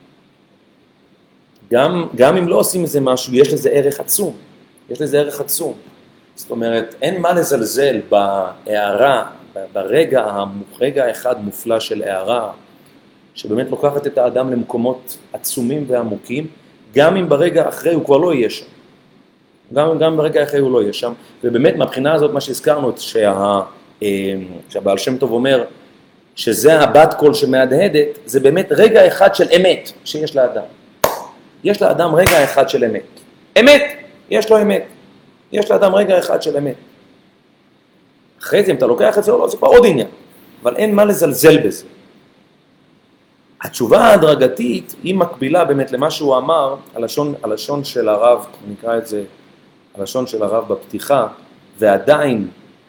גם, גם אם לא עושים איזה משהו, יש לזה ערך עצום. יש לזה ערך עצום. זאת אומרת, אין מה לזלזל בהערה, ברגע, רגע האחד מופלא של הערה, שבאמת לוקחת את האדם למקומות עצומים ועמוקים, גם אם ברגע אחרי הוא כבר לא יהיה שם. גם, גם ברגע אחרי הוא לא יהיה שם. ובאמת, מהבחינה הזאת, מה שהזכרנו, שה, שהבעל שם טוב אומר, שזה הבת קול שמהדהדת, זה באמת רגע אחד של אמת שיש לאדם. יש לאדם רגע אחד של אמת. אמת! יש לו אמת. יש לאדם רגע אחד של אמת. אחרי זה, אם אתה לוקח את זה או לא, זה כבר עוד עניין. אבל אין מה לזלזל בזה. התשובה ההדרגתית היא מקבילה באמת למה שהוא אמר, הלשון, הלשון של הרב, נקרא את זה, הלשון של הרב בפתיחה, ועדיין,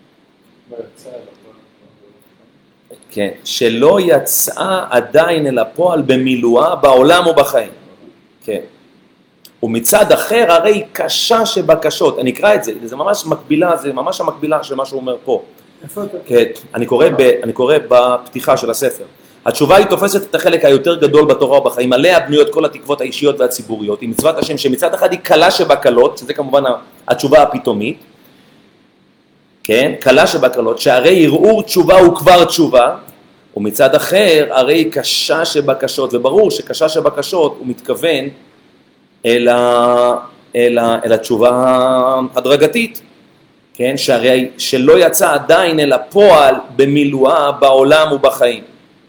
כן, שלא יצאה עדיין אל הפועל במילואה בעולם או בחיים. כן. ומצד אחר הרי קשה שבקשות, אני אקרא את זה, זה ממש מקבילה, זה ממש המקבילה של מה שהוא אומר פה. כן, אני קורא, ב, אני קורא בפתיחה של הספר. התשובה היא תופסת את החלק היותר גדול בתורה ובחיים, עליה בנויות כל התקוות האישיות והציבוריות, עם מצוות השם שמצד אחד היא קלה שבקלות, שזה כמובן התשובה הפתאומית, כן, קלה שבקלות, שהרי ערעור תשובה הוא כבר תשובה, ומצד אחר הרי קשה שבקשות, וברור שקשה שבקשות הוא מתכוון אל, ה, אל, ה, אל התשובה הדרגתית, כן, שהרי שלא יצא עדיין אל הפועל במילואה בעולם ובחיים.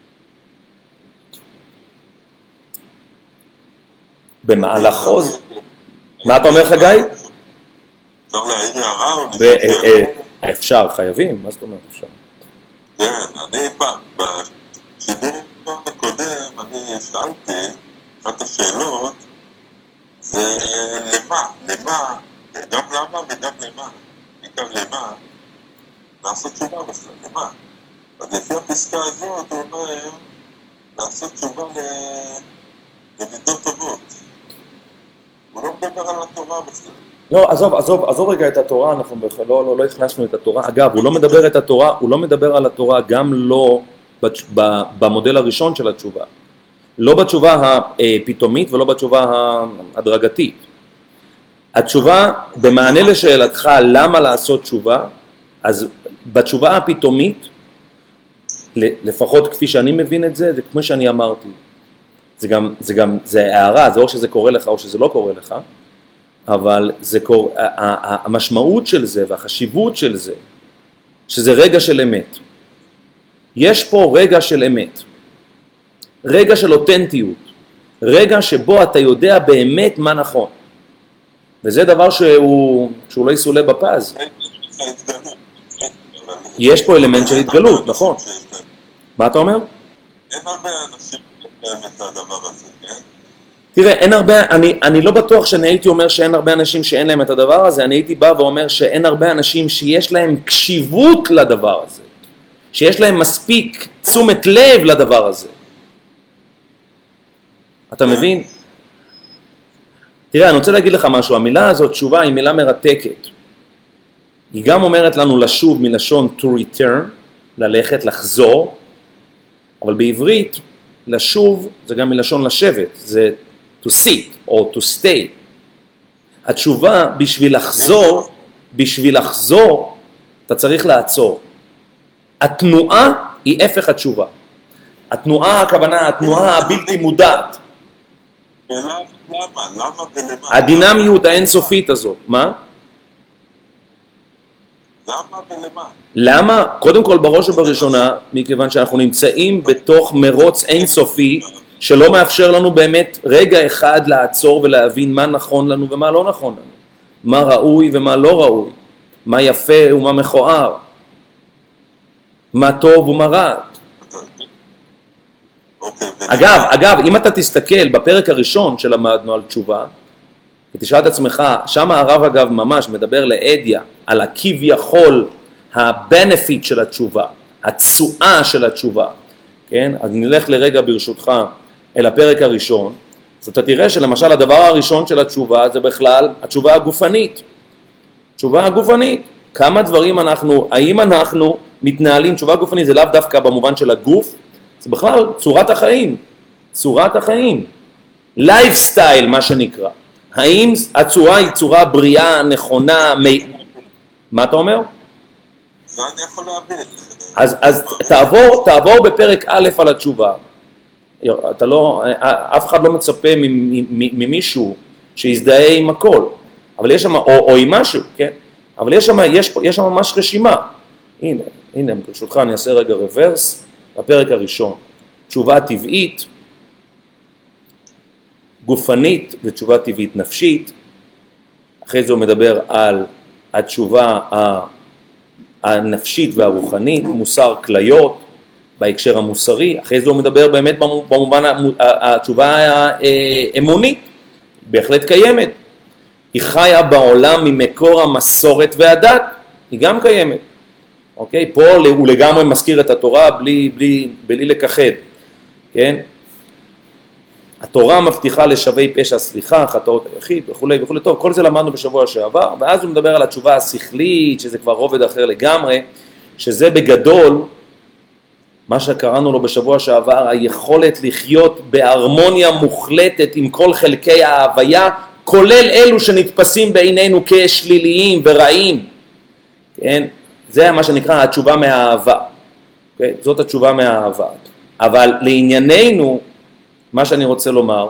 במהלכו, מה אתה אומר חגי? אפשר להעיר הערה? אפשר, חייבים, מה זאת אומרת אפשר? כן, אני בשידור הקודם, אני שאלתי, אחת השאלות, זה למה, למה, גם למה וגם למה, בעיקר למה, לעשות תשובה בכלל, למה? אז לפי הפסקה הזאת הוא אומר, לעשות תשובה למידות טובות. הוא לא מדבר על התורה בכלל. לא, עזוב, עזוב, עזוב רגע את התורה, אנחנו בכלל לא, לא, לא הכנסנו את התורה. אגב, הוא לא מדבר את התורה, הוא לא מדבר על התורה גם לא במודל הראשון של התשובה. לא בתשובה הפתאומית ולא בתשובה ההדרגתית. התשובה, במענה לשאלתך למה לעשות תשובה, אז בתשובה הפתאומית, לפחות כפי שאני מבין את זה, זה כמו שאני אמרתי. זה גם, זה גם, זה הערה, זה או שזה קורה לך או שזה לא קורה לך, אבל זה קורה, המשמעות של זה והחשיבות של זה, שזה רגע של אמת. יש פה רגע של אמת, רגע של אותנטיות, רגע שבו אתה יודע באמת מה נכון. וזה דבר שהוא, שהוא לא יסולה בפז. יש פה אלמנט של התגלות, נכון. מה אתה אומר? אין הרבה אנשים להם את הדבר הזה, כן? תראה, אין הרבה, אני, אני לא בטוח שאני הייתי אומר שאין הרבה אנשים שאין להם את הדבר הזה, אני הייתי בא ואומר שאין הרבה אנשים שיש להם קשיבות לדבר הזה. שיש להם מספיק תשומת לב לדבר הזה. אתה מבין? תראה, אני רוצה להגיד לך משהו, המילה הזאת, תשובה, היא מילה מרתקת. היא גם אומרת לנו לשוב מלשון to return, ללכת, לחזור, אבל בעברית, לשוב זה גם מלשון לשבת, זה to sit או to stay. התשובה, בשביל לחזור, בשביל לחזור, אתה צריך לעצור. התנועה היא הפך התשובה. התנועה, הכוונה, התנועה הבלתי מודעת. למה? למה ולמה? הדינמיות האינסופית הזאת, מה? למה ולמה? למה? קודם כל בראש ובראשונה, מכיוון שאנחנו נמצאים בתוך מרוץ אינסופי, שלא מאפשר לנו באמת רגע אחד לעצור ולהבין מה נכון לנו ומה לא נכון לנו. מה ראוי ומה לא ראוי. מה יפה ומה מכוער. מה טוב ומה רע. אוקיי, אגב, אגב, אם אתה תסתכל בפרק הראשון שלמדנו על תשובה, ותשאל את עצמך, שם הרב אגב ממש מדבר לאדיה, על הכביכול, הבנפיט של התשובה, התשואה של התשובה, כן? אז נלך לרגע ברשותך אל הפרק הראשון, אז אתה תראה שלמשל הדבר הראשון של התשובה זה בכלל התשובה הגופנית. תשובה הגופנית, כמה דברים אנחנו, האם אנחנו מתנהלים, תשובה גופנית זה לאו דווקא במובן של הגוף, זה בכלל צורת החיים, צורת החיים, לייפסטייל מה שנקרא. האם הצורה היא צורה בריאה, נכונה, מי... מה אתה אומר? זה אני יכול להבין. אז, אז תעבור, תעבור בפרק א' על התשובה. אתה לא, אף אחד לא מצפה ממישהו שיזדהה עם הכל, אבל יש שם, או, או עם משהו, כן? אבל יש שם, יש, יש שם ממש רשימה. הנה, הנה, ברשותך אני אעשה רגע רוורס, בפרק הראשון. תשובה טבעית, גופנית ותשובה טבעית נפשית. אחרי זה הוא מדבר על התשובה הנפשית והרוחנית, מוסר כליות, בהקשר המוסרי. אחרי זה הוא מדבר באמת במובן התשובה האמונית, בהחלט קיימת. היא חיה בעולם ממקור המסורת והדת, היא גם קיימת. אוקיי? פה הוא לגמרי מזכיר את התורה בלי, בלי, בלי לכחד. כן? התורה מבטיחה לשווי פשע סליחה, חטאות היחיד וכו' וכו'. טוב, כל זה למדנו בשבוע שעבר, ואז הוא מדבר על התשובה השכלית, שזה כבר רובד אחר לגמרי, שזה בגדול, מה שקראנו לו בשבוע שעבר, היכולת לחיות בהרמוניה מוחלטת עם כל חלקי ההוויה, כולל אלו שנתפסים בעינינו כשליליים ורעים. כן? זה מה שנקרא התשובה מהאהבה. Okay? זאת התשובה מהאהבה. אבל לענייננו, מה שאני רוצה לומר,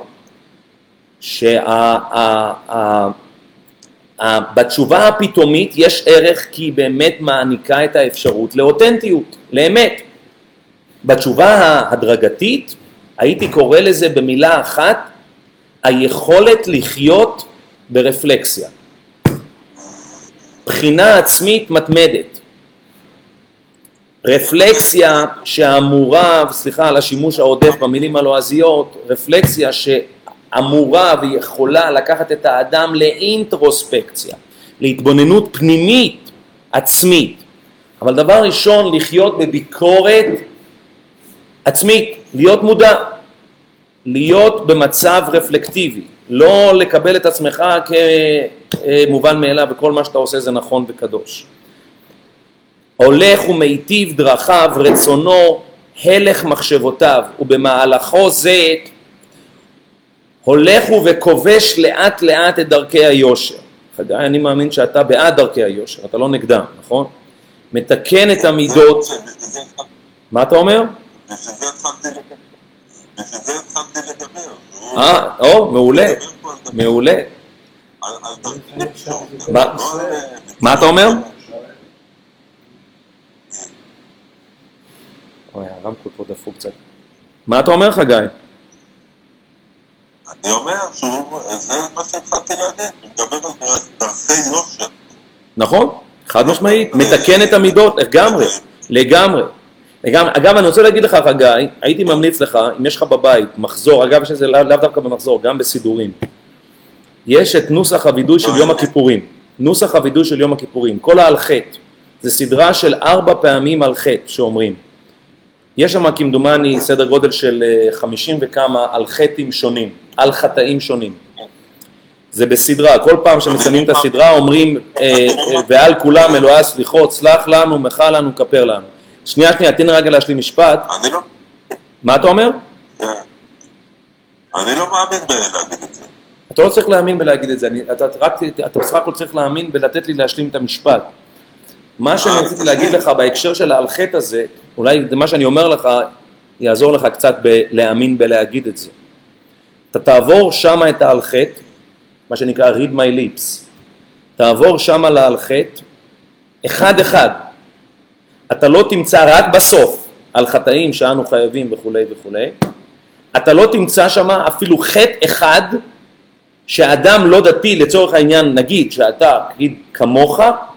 שבתשובה הפתאומית יש ערך כי היא באמת מעניקה את האפשרות לאותנטיות, לאמת. בתשובה ההדרגתית, הייתי קורא לזה במילה אחת, היכולת לחיות ברפלקסיה. בחינה עצמית מתמדת. רפלקסיה שאמורה, סליחה על השימוש העודף במילים הלועזיות, רפלקסיה שאמורה ויכולה לקחת את האדם לאינטרוספקציה, להתבוננות פנימית עצמית. אבל דבר ראשון, לחיות בביקורת עצמית, להיות מודע, להיות במצב רפלקטיבי, לא לקבל את עצמך כמובן מאליו וכל מה שאתה עושה זה נכון וקדוש. הולך ומיטיב דרכיו, רצונו, הלך מחשבותיו, ובמהלכו זה הולך וכובש לאט לאט את דרכי היושר. חגי, אני מאמין שאתה בעד דרכי היושר, אתה לא נגדם, נכון? מתקן את המידות. מה אתה אומר? בשביל זה התחלתי לדבר. אה, או, מעולה, מעולה. מה אתה אומר? אוי, הרמקול פה דפוק קצת. מה אתה אומר, חגי? אני אומר שזה מה שהתחלתי להגיד, אני מדבר על דרכי יושר. נכון, חד משמעית, מתקן את המידות, לגמרי, לגמרי. אגב, אני רוצה להגיד לך, חגי, הייתי ממליץ לך, אם יש לך בבית מחזור, אגב, שזה לאו דווקא במחזור, גם בסידורים, יש את נוסח הוידוי של יום הכיפורים, נוסח הוידוי של יום הכיפורים, כל ההלכת, זה סדרה של ארבע פעמים על חטא שאומרים. יש שם כמדומני סדר גודל של חמישים וכמה על חטאים שונים, על חטאים שונים. זה בסדרה, כל פעם שמסיימים את הסדרה אומרים ועל כולם אלוהי סליחות, סלח לנו, מחה לנו, כפר לנו. שנייה שנייה, תן רגע להשלים משפט. אני לא... מה אתה אומר? אני לא מאמין בלהגיד את זה. אתה לא צריך להאמין בלהגיד את זה, אני, אתה רק אתה בסך הכל צריך להאמין ולתת לי להשלים את המשפט. מה שאני רציתי להגיד לך בהקשר של על חטא הזה, אולי מה שאני אומר לך יעזור לך קצת בלהאמין בלהגיד את זה. אתה תעבור שמה את העל חטא, מה שנקרא read my lips, תעבור שמה לעל חטא, אחד אחד. אתה לא תמצא רק בסוף על חטאים שאנו חייבים וכולי וכולי, אתה לא תמצא שמה אפילו חטא אחד שאדם לא דתי לצורך העניין, נגיד שאתה נגיד כמוך,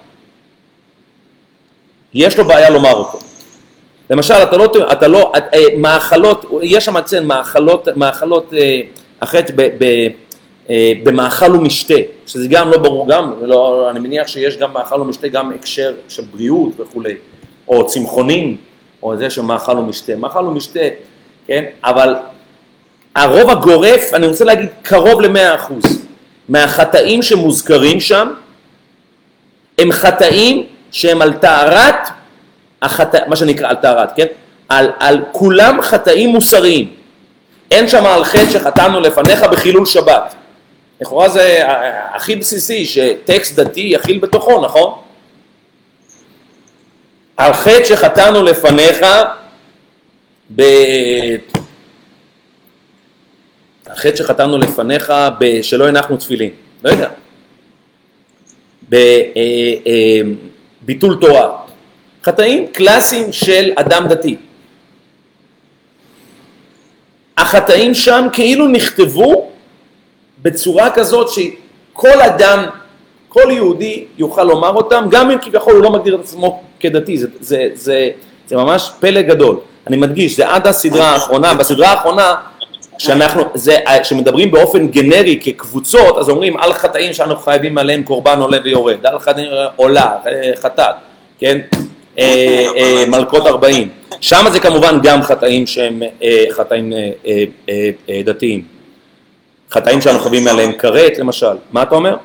יש לו בעיה לומר אותו. למשל, אתה לא, אתה לא, מאכלות, יש שם אצלנו מאכלות, מאכלות, החטא במאכל ומשתה, שזה גם לא ברור, גם, לא, אני מניח שיש גם מאכל ומשתה, גם הקשר של בריאות וכולי, או צמחונים, או זה שמאכל ומשתה, מאכל ומשתה, כן, אבל הרוב הגורף, אני רוצה להגיד קרוב ל-מאה אחוז, מהחטאים שמוזכרים שם, הם חטאים שהם על טהרת, החטא, מה שנקרא על טהרת, כן? על, על כולם חטאים מוסריים. אין שם על חטא שחטאנו לפניך בחילול שבת. לכאורה זה הכי בסיסי שטקסט דתי יכיל בתוכו, נכון? על חטא שחטאנו לפניך ב... החטא שחטאנו לפניך ב... שלא הנחנו תפילין. לא יודע. בביטול תורה. חטאים קלאסיים של אדם דתי. החטאים שם כאילו נכתבו בצורה כזאת שכל אדם, כל יהודי יוכל לומר אותם, גם אם כביכול הוא לא מגדיר את עצמו כדתי, זה, זה, זה, זה ממש פלא גדול. אני מדגיש, זה עד הסדרה האחרונה, בסדרה האחרונה, שאנחנו, זה, שמדברים באופן גנרי כקבוצות, אז אומרים על חטאים שאנחנו חייבים עליהם קורבן עולה ויורד, על חטאים עולה, חטאת, כן? מלכות ארבעים. שם זה כמובן גם חטאים שהם חטאים דתיים. חטאים שאנחנו חייבים עליהם כרת למשל. מה אתה אומר?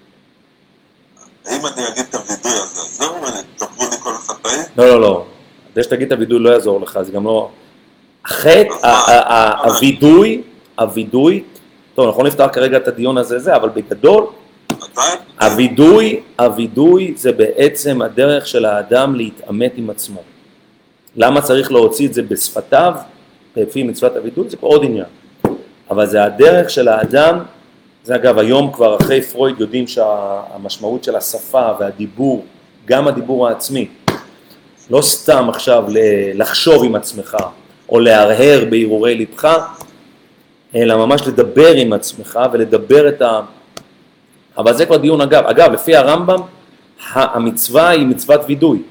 אם אני אגיד את הוידוי הזה, זהו, תאמרו לי כל החטאים? לא, לא, לא. זה שתגיד את הוידוי לא יעזור לך, זה גם לא... החטא, הוידוי, הוידוי, טוב, אנחנו נפתח כרגע את הדיון הזה, זה, אבל בגדול, הוידוי, הוידוי זה בעצם הדרך של האדם להתעמת עם עצמו. למה צריך להוציא את זה בשפתיו, לפי מצוות הוידוי? זה עוד עניין. אבל זה הדרך של האדם, זה אגב, היום כבר אחרי פרויד יודעים שהמשמעות של השפה והדיבור, גם הדיבור העצמי, לא סתם עכשיו לחשוב עם עצמך, או להרהר בהרהורי לבך, אלא ממש לדבר עם עצמך ולדבר את ה... אבל זה כבר דיון אגב. אגב, לפי הרמב"ם, המצווה היא מצוות וידוי.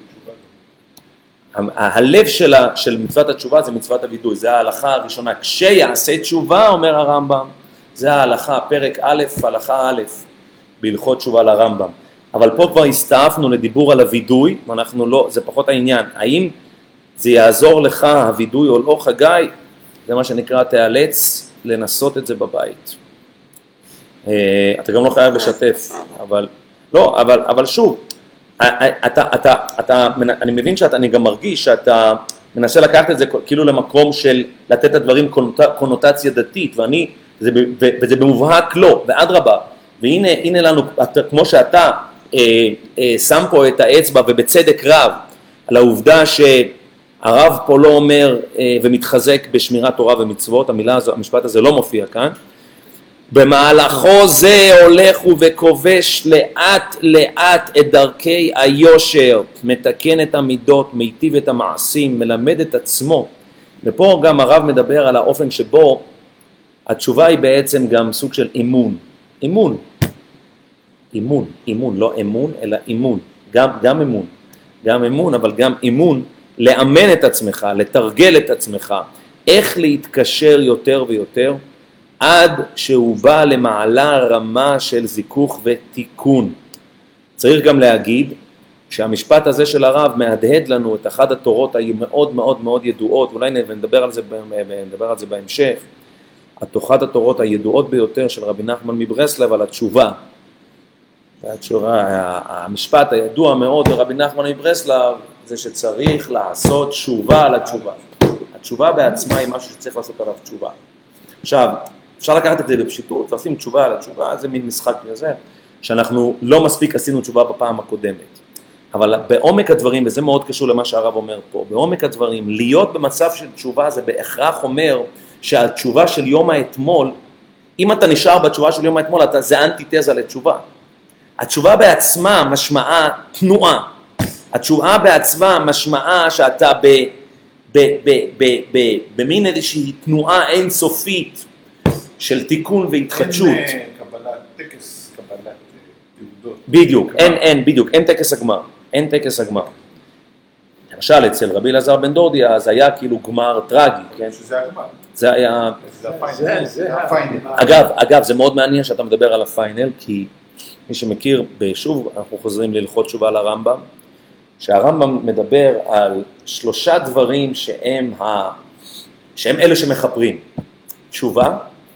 הלב שלה, של מצוות התשובה זה מצוות הוידוי, זה ההלכה הראשונה. כשיעשה תשובה, אומר הרמב"ם, זה ההלכה, פרק א', הלכה א', בהלכות תשובה לרמב"ם. אבל פה כבר הסתעפנו לדיבור על הוידוי, ואנחנו לא, זה פחות העניין. האם זה יעזור לך הוידוי או לא, חגי? זה מה שנקרא, תיאלץ לנסות את זה בבית. אתה גם לא חייב לשתף, אבל לא, אבל אבל שוב, אתה אתה אתה אני מבין שאתה, אני גם מרגיש שאתה מנסה לקחת את זה כאילו למקום של לתת את הדברים קונוטציה דתית, ואני זה וזה במובהק לא, ואדרבה. והנה הנה לנו, כמו שאתה אה, אה, שם פה את האצבע ובצדק רב על העובדה שהרב פה לא אומר אה, ומתחזק בשמירת תורה ומצוות, המילה הזו, המשפט הזה לא מופיע כאן. במהלכו זה הולך וכובש לאט לאט את דרכי היושר, מתקן את המידות, מיטיב את המעשים, מלמד את עצמו. ופה גם הרב מדבר על האופן שבו התשובה היא בעצם גם סוג של אימון. אימון. אימון, אימון, לא אמון, אלא אימון. גם, גם אמון. גם אמון, אבל גם אימון, לאמן את עצמך, לתרגל את עצמך, איך להתקשר יותר ויותר, עד שהוא בא למעלה רמה של זיכוך ותיקון. צריך גם להגיד שהמשפט הזה של הרב מהדהד לנו את אחת התורות המאוד מאוד מאוד ידועות, אולי נדבר על זה, נדבר על זה בהמשך, אחת התורות הידועות ביותר של רבי נחמן מברסלב על התשובה. התשובה, המשפט הידוע מאוד לרבי נחמן מברסלב זה שצריך לעשות תשובה על התשובה. התשובה בעצמה היא משהו שצריך לעשות עליו תשובה. עכשיו, אפשר לקחת את זה בפשיטות, ועושים תשובה על התשובה, זה מין משחק כזה, שאנחנו לא מספיק עשינו תשובה בפעם הקודמת. אבל בעומק הדברים, וזה מאוד קשור למה שהרב אומר פה, בעומק הדברים, להיות במצב של תשובה זה בהכרח אומר שהתשובה של יום האתמול, אם אתה נשאר בתשובה של יום האתמול, אתה, זה אנטיתזה לתשובה. התשובה בעצמה משמעה תנועה. התשובה בעצמה משמעה שאתה ב, ב, ב, ב, ב, במין איזושהי תנועה אינסופית של תיקון והתחדשות. אין קבלת, טקס קבלת תעודות. בדיוק, אין, אין, בדיוק, אין טקס הגמר, אין טקס הגמר. למשל, אצל רבי אלעזר בן דורדיה, זה היה כאילו גמר טרגי, כן? שזה הגמר. זה היה... זה הפיינל. זה הפיינל. אגב, אגב, זה מאוד מעניין שאתה מדבר על הפיינל, כי מי שמכיר, שוב אנחנו חוזרים ללכות תשובה לרמב"ם, שהרמב"ם מדבר על שלושה דברים שהם, ה... שהם אלה שמחפרים. תשובה?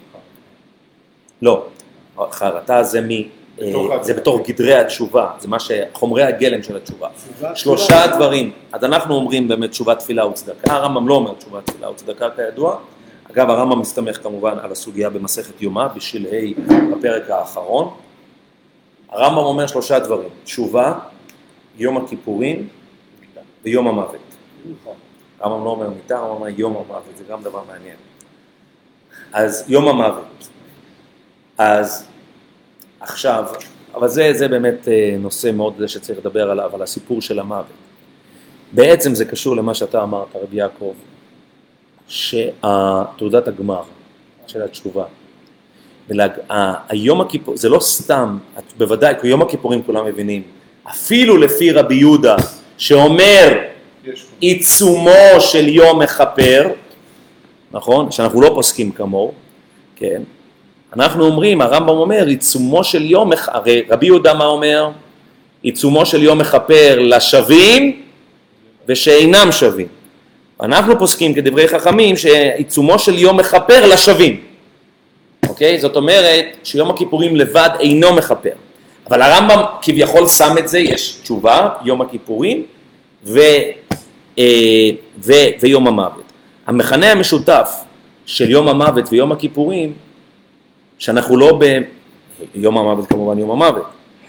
לא. חרטה זה מ... זה בתור גדרי התשובה, זה מה שחומרי הגלם של התשובה. שלושה דברים, אז אנחנו אומרים באמת תשובה תפילה וצדקה, הרמב"ם לא אומר תשובה תפילה וצדקה כידוע, אגב הרמב"ם מסתמך כמובן על הסוגיה במסכת יומא, בשלהי הפרק האחרון, הרמב"ם אומר שלושה דברים, תשובה, יום הכיפורים ויום המוות. הרמב"ם לא אומר מיתה, הרמב"ם אומר יום המוות, זה גם דבר מעניין. אז יום המוות, אז עכשיו, אבל זה, זה באמת נושא מאוד זה שצריך לדבר עליו, על הסיפור של המוות. בעצם זה קשור למה שאתה אמרת, רבי יעקב, שתעודת הגמר של התשובה, היום הכיפור, זה לא סתם, בוודאי, כי יום הכיפורים כולם מבינים, אפילו לפי רבי יהודה, שאומר עיצומו של יום מחפר, נכון? שאנחנו לא פוסקים כמוהו, כן? אנחנו אומרים, הרמב"ם אומר, עיצומו של יום, הרי רבי יהודה מה אומר? עיצומו של יום מחפר לשווים ושאינם שווים. אנחנו פוסקים כדברי חכמים שעיצומו של יום מחפר לשווים. אוקיי? זאת אומרת שיום הכיפורים לבד אינו מחפר. אבל הרמב"ם כביכול שם את זה, יש תשובה, יום הכיפורים ו, ו, ויום המוות. המכנה המשותף של יום המוות ויום הכיפורים, שאנחנו לא ביום המוות כמובן יום המוות,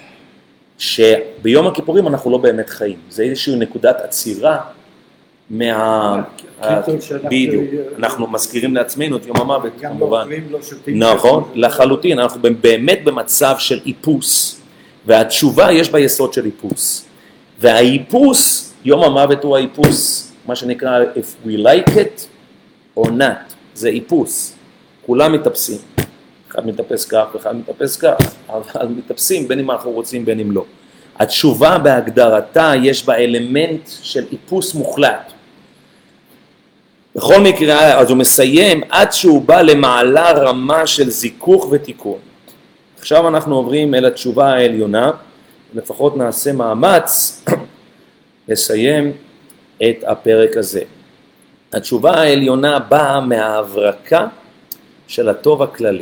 שביום הכיפורים אנחנו לא באמת חיים, זה איזושהי נקודת עצירה מה... בדיוק, אנחנו מזכירים לעצמנו את יום המוות כמובן, נכון, לחלוטין, אנחנו באמת במצב של איפוס, והתשובה יש בה יסוד של איפוס, והאיפוס, יום המוות הוא האיפוס, מה שנקרא if we like it or not, זה איפוס, כולם מתאפסים. אחד מתאפס כך ואחד מתאפס כך, אבל מתאפסים בין אם אנחנו רוצים בין אם לא. התשובה בהגדרתה יש בה אלמנט של איפוס מוחלט. בכל מקרה, אז הוא מסיים עד שהוא בא למעלה רמה של זיכוך ותיקון. עכשיו אנחנו עוברים אל התשובה העליונה, לפחות נעשה מאמץ לסיים את הפרק הזה. התשובה העליונה באה מההברקה של הטוב הכללי.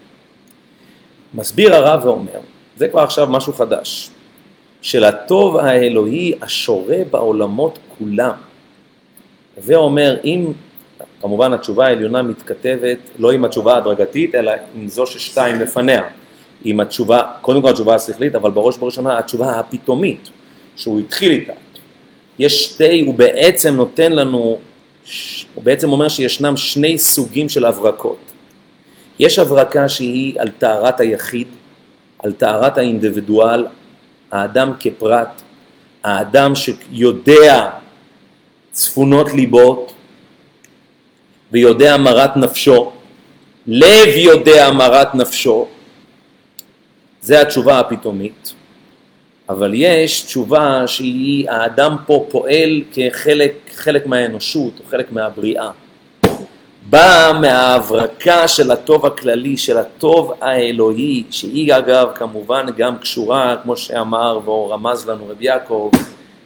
מסביר הרב ואומר, זה כבר עכשיו משהו חדש, של הטוב האלוהי השורה בעולמות כולם. ואומר, אם, כמובן התשובה העליונה מתכתבת, לא עם התשובה הדרגתית, אלא עם זו ששתיים לפניה, עם התשובה, קודם כל התשובה השכלית, אבל בראש בראשונה התשובה הפתאומית, שהוא התחיל איתה. יש שתי, הוא בעצם נותן לנו, הוא בעצם אומר שישנם שני סוגים של הברקות. יש הברקה שהיא על טהרת היחיד, על טהרת האינדיבידואל, האדם כפרט, האדם שיודע צפונות ליבות, ויודע מרת נפשו, לב יודע מרת נפשו, זה התשובה הפתאומית. אבל יש תשובה שהיא, האדם פה פועל כחלק חלק מהאנושות, או חלק מהבריאה. באה מההברקה של הטוב הכללי, של הטוב האלוהי, שהיא אגב כמובן גם קשורה, כמו שאמר ורמז לנו רבי יעקב,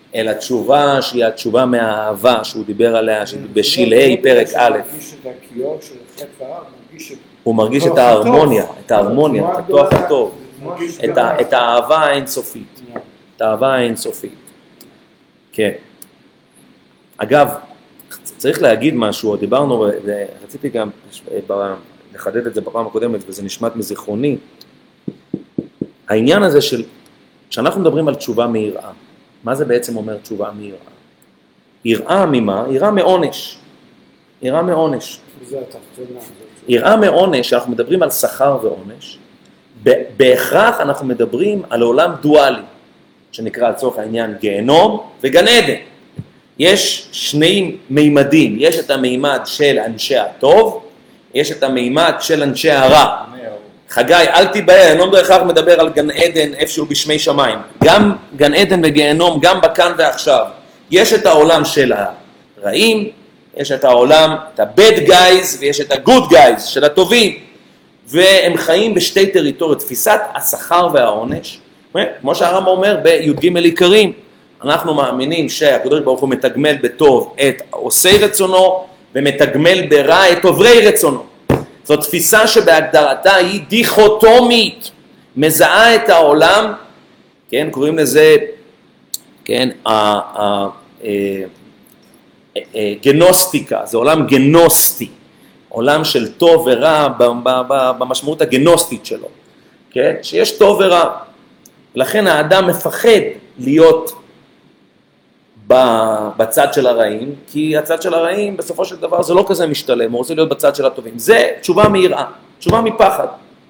אלא תשובה שהיא התשובה מהאהבה שהוא דיבר עליה, בשלהי פרק א', מרגיש את הכיור של חטא והרע, מרגיש את... הוא מרגיש את הכוח ההרמוניה, הטוב. את ההרמוניה, את התנועה הכוח הגדולה. הטוב, מרגיש את גם ה- את האהבה האינסופית, את האהבה האינסופית. כן. אגב, צריך להגיד משהו, דיברנו, ורציתי גם ב- לחדד את זה בפעם הקודמת, וזה נשמט מזיכרוני, העניין הזה של, כשאנחנו מדברים על תשובה מיראה, מה זה בעצם אומר תשובה מיראה? יראה ממה? יראה מעונש. יראה מעונש. זה התחתונה. יראה מעונש, שאנחנו מדברים על שכר ועונש, ב- בהכרח אנחנו מדברים על עולם דואלי, שנקרא לצורך העניין גיהנום וגן עדן. יש שני מימדים, יש את המימד של אנשי הטוב, יש את המימד של אנשי הרע. חגי, אל תיבהל, אני לא בהכרח מדבר על גן עדן איפשהו בשמי שמיים. גם גן עדן וגיהנום, גם בכאן ועכשיו. יש את העולם של הרעים, יש את העולם, את ה-bad guys, ויש את ה-good guys, של הטובים. והם חיים בשתי טריטוריות, תפיסת השכר והעונש. כמו שהרמב"ם אומר בי"ג עיקרים, אנחנו מאמינים שהקדוש ברוך הוא מתגמל בטוב את עושי רצונו, ומתגמל ברע את עוברי רצונו. זו תפיסה שבהגדרתה היא דיכוטומית, מזהה את העולם, כן, קוראים לזה, כן, ה... ה, ה גנוסטיקה, זה עולם גנוסטי, עולם של טוב ורע במשמעות הגנוסטית שלו, כן? שיש טוב ורע, לכן האדם מפחד להיות בצד של הרעים, כי הצד של הרעים בסופו של דבר זה לא כזה משתלם, הוא רוצה להיות בצד של הטובים, זה תשובה מיראה, תשובה מפחד.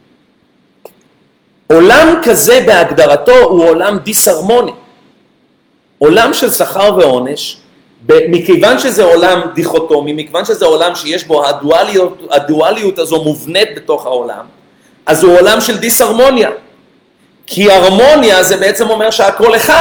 עולם כזה בהגדרתו הוא עולם דיסהרמוני, עולם של שכר ועונש, מכיוון שזה עולם דיכוטומי, מכיוון שזה עולם שיש בו הדואליות, הדואליות הזו מובנית בתוך העולם, אז הוא עולם של דיסהרמוניה. כי הרמוניה זה בעצם אומר שהכל אחד.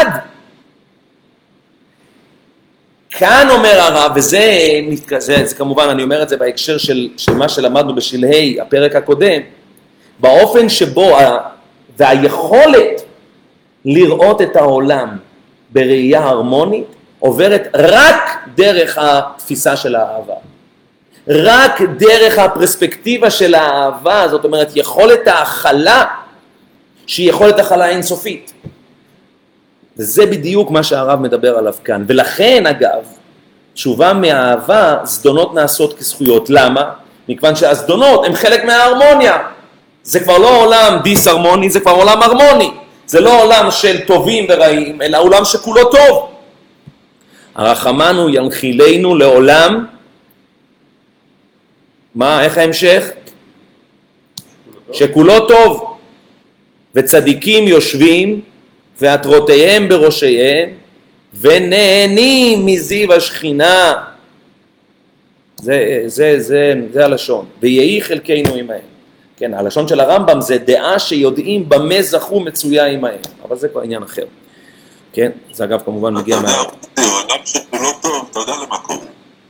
כאן אומר הרב, וזה זה, זה כמובן, אני אומר את זה בהקשר של, של מה שלמדנו בשלהי הפרק הקודם, באופן שבו, והיכולת לראות את העולם בראייה הרמונית, עוברת רק דרך התפיסה של האהבה. רק דרך הפרספקטיבה של האהבה, זאת אומרת, יכולת ההכלה, שהיא יכולת הכלה אינסופית. וזה בדיוק מה שהרב מדבר עליו כאן. ולכן, אגב, תשובה מהאהבה, זדונות נעשות כזכויות. למה? מכיוון שהזדונות הם חלק מההרמוניה. זה כבר לא עולם דיס-הרמוני, זה כבר עולם הרמוני. זה לא עולם של טובים ורעים, אלא עולם שכולו טוב. הרחמנו ינחילנו לעולם, מה, איך ההמשך? שכולו טוב, וצדיקים יושבים, ועטרותיהם בראשיהם, ונהנים מזיו השכינה. זה, זה, זה, זה הלשון. ויהי חלקנו עמהם. כן, הלשון של הרמב"ם זה דעה שיודעים במה זכו מצויה עמהם. אבל זה כבר עניין אחר. כן, זה אגב כמובן מגיע מה... אתה יודע, עולם שכולו טוב, אתה יודע למה קורה.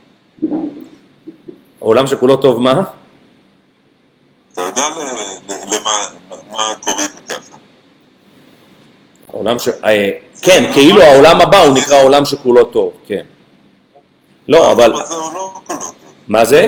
העולם שכולו טוב מה? אתה יודע למה קוראים ככה. העולם ש... כן, כאילו העולם הבא הוא נקרא עולם שכולו טוב, כן. לא, אבל... מה זה העולם כולו טוב? מה זה?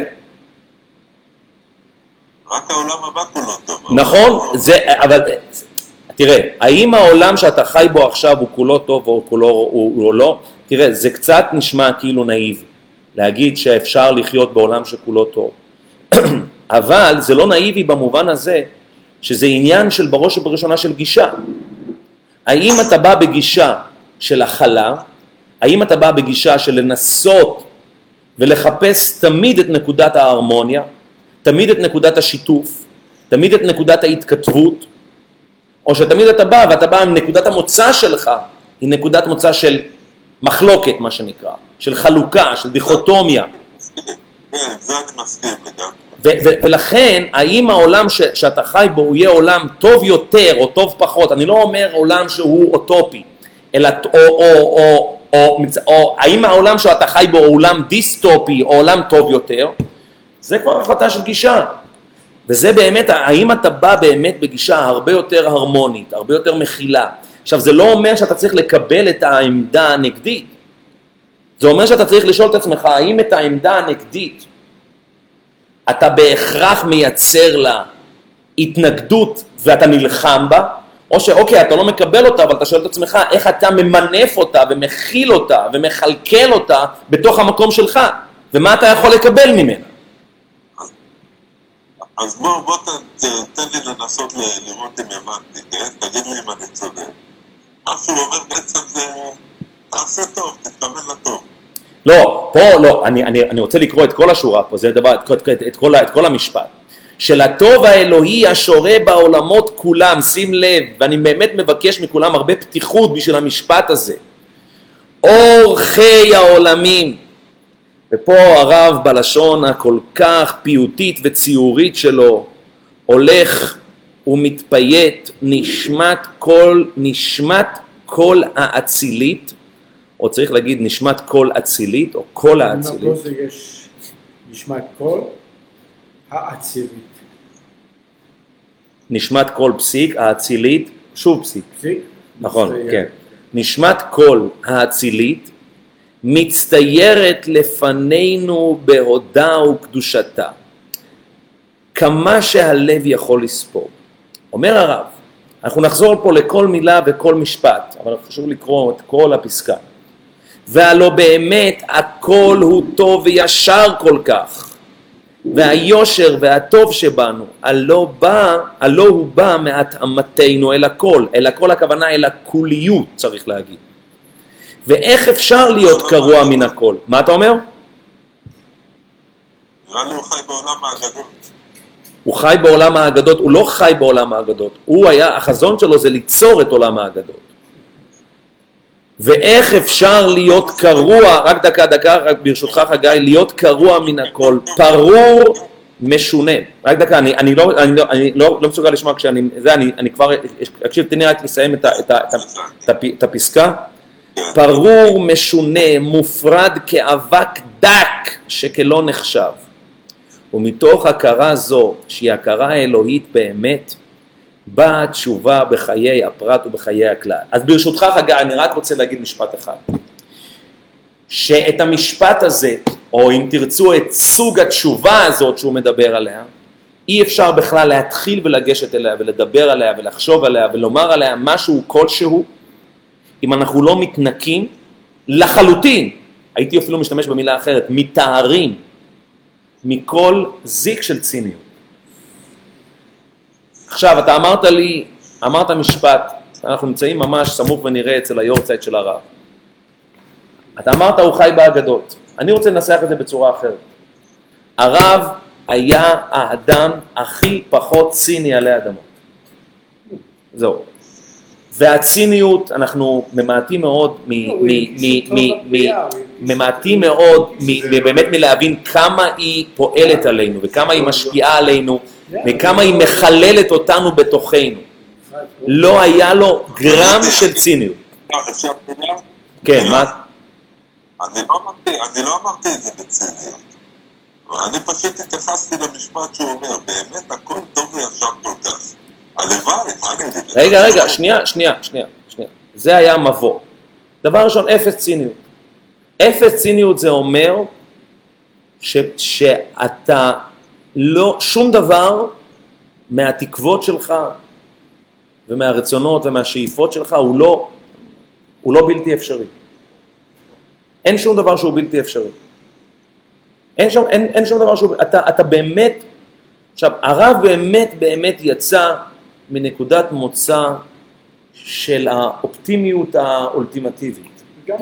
רק העולם הבא כולו טוב. נכון, זה... אבל... תראה, האם העולם שאתה חי בו עכשיו הוא כולו טוב או כולו הוא, הוא לא? תראה, זה קצת נשמע כאילו נאיבי, להגיד שאפשר לחיות בעולם שכולו טוב. אבל זה לא נאיבי במובן הזה, שזה עניין של בראש ובראשונה של גישה. האם אתה בא בגישה של הכלה, האם אתה בא בגישה של לנסות ולחפש תמיד את נקודת ההרמוניה, תמיד את נקודת השיתוף, תמיד את נקודת ההתכתבות, או שתמיד אתה בא ואתה בא עם נקודת המוצא שלך, היא נקודת מוצא של מחלוקת, מה שנקרא, של חלוקה, של דיכוטומיה. כן, זה אני מסכים לגמרי. ו- ו- ולכן, האם העולם ש- שאתה חי בו הוא יהיה עולם טוב יותר או טוב פחות, אני לא אומר עולם שהוא אוטופי, אלא או, או, או, או, או, או האם העולם שאתה חי בו הוא עולם דיסטופי או עולם טוב יותר, זה כבר החלטה של גישה. וזה באמת, האם אתה בא באמת בגישה הרבה יותר הרמונית, הרבה יותר מכילה, עכשיו, זה לא אומר שאתה צריך לקבל את העמדה הנגדית. זה אומר שאתה צריך לשאול את עצמך, האם את העמדה הנגדית אתה בהכרח מייצר לה התנגדות ואתה נלחם בה, או שאוקיי, אתה לא מקבל אותה, אבל אתה שואל את עצמך, איך אתה ממנף אותה ומכיל אותה ומחלקל אותה בתוך המקום שלך, ומה אתה יכול לקבל ממנה. אז בוא, בוא ת, תן לי לנסות ל- לראות אם הבנתי, כן? תגיד לי אם אני צודק. מה שהוא אומר בעצם זה, תעשה טוב, תתכוון לטוב. לא, פה לא, אני, אני, אני רוצה לקרוא את כל השורה פה, זה דבר, את, את, את, כל, את כל המשפט. של הטוב האלוהי השורה בעולמות כולם, שים לב, ואני באמת מבקש מכולם הרבה פתיחות בשביל המשפט הזה. אור חי העולמים. ופה הרב בלשון הכל כך פיוטית וציורית שלו, הולך ומתפייט נשמת כל, נשמת כל האצילית, או צריך להגיד נשמת כל אצילית, או כל האצילית. פה זה יש נשמת כל האצילית. נשמת כל פסיק, האצילית, שוב פסיק. פסיק? נכון, מצטייר. כן. נשמת כל האצילית מצטיירת לפנינו בהודה וקדושתה, כמה שהלב יכול לספור. אומר הרב, אנחנו נחזור פה לכל מילה וכל משפט, אבל חשוב לקרוא את כל הפסקה. והלא באמת הכל הוא טוב וישר כל כך, והיושר והטוב שבנו, הלא בא, הלא הוא בא מהתאמתנו אל הכל, אל הכל הכוונה אל הכוליות צריך להגיד. ואיך אפשר להיות קרוע מן הכל? מה אתה אומר? נראה לי הוא חי בעולם האגדות. הוא חי בעולם האגדות, הוא לא חי בעולם האגדות, הוא היה, החזון שלו זה ליצור את עולם האגדות. ואיך אפשר להיות קרוע, רק דקה דקה, רק ברשותך חגי, להיות קרוע מן הכל, פרור משונה. רק דקה, אני, אני, לא, אני, לא, אני לא, לא מסוגל לשמוע כשאני, זה אני, אני כבר, אקשיב, תני רק לסיים את, ה, את, ה, את, ה, את, ה, את הפסקה. פרור משונה, מופרד כאבק דק שכלא נחשב. ומתוך הכרה זו, שהיא הכרה האלוהית באמת, באה תשובה בחיי הפרט ובחיי הכלל. אז ברשותך חגי, אני רק רוצה להגיד משפט אחד. שאת המשפט הזה, או אם תרצו את סוג התשובה הזאת שהוא מדבר עליה, אי אפשר בכלל להתחיל ולגשת אליה ולדבר עליה ולחשוב עליה ולומר עליה משהו כלשהו, אם אנחנו לא מתנקים לחלוטין, הייתי אפילו משתמש במילה אחרת, מתארים מכל זיק של ציניות. עכשיו, אתה אמרת לי, אמרת משפט, אנחנו נמצאים ממש סמוך ונראה אצל היורצייט של הרב. אתה אמרת, הוא חי באגדות. אני רוצה לנסח את זה בצורה אחרת. הרב היה האדם הכי פחות ציני עלי אדמות. זהו. והציניות, אנחנו ממעטים מאוד, ממעטים מאוד, באמת מלהבין כמה היא פועלת עלינו, וכמה היא משפיעה עלינו, וכמה היא מחללת אותנו בתוכנו. לא היה לו גרם של ציניות. כן, מה? אני לא אמרתי את זה בציניות. אני פשוט התייחסתי למשפט שהוא אומר, באמת הכל טוב וישר כל כך. הלוואי, מה אני אגיד? רגע, רגע, שנייה, שנייה, שנייה, שנייה. זה היה מבוא. דבר ראשון, אפס ציניות. אפס ציניות זה אומר ש, שאתה לא, שום דבר מהתקוות שלך ומהרצונות ומהשאיפות שלך הוא לא, הוא לא בלתי אפשרי. אין שום דבר שהוא בלתי אפשרי. אין שום, אין, אין שום דבר שהוא, אתה, אתה באמת, עכשיו, הרב באמת באמת יצא מנקודת מוצא של האופטימיות האולטימטיבית. גם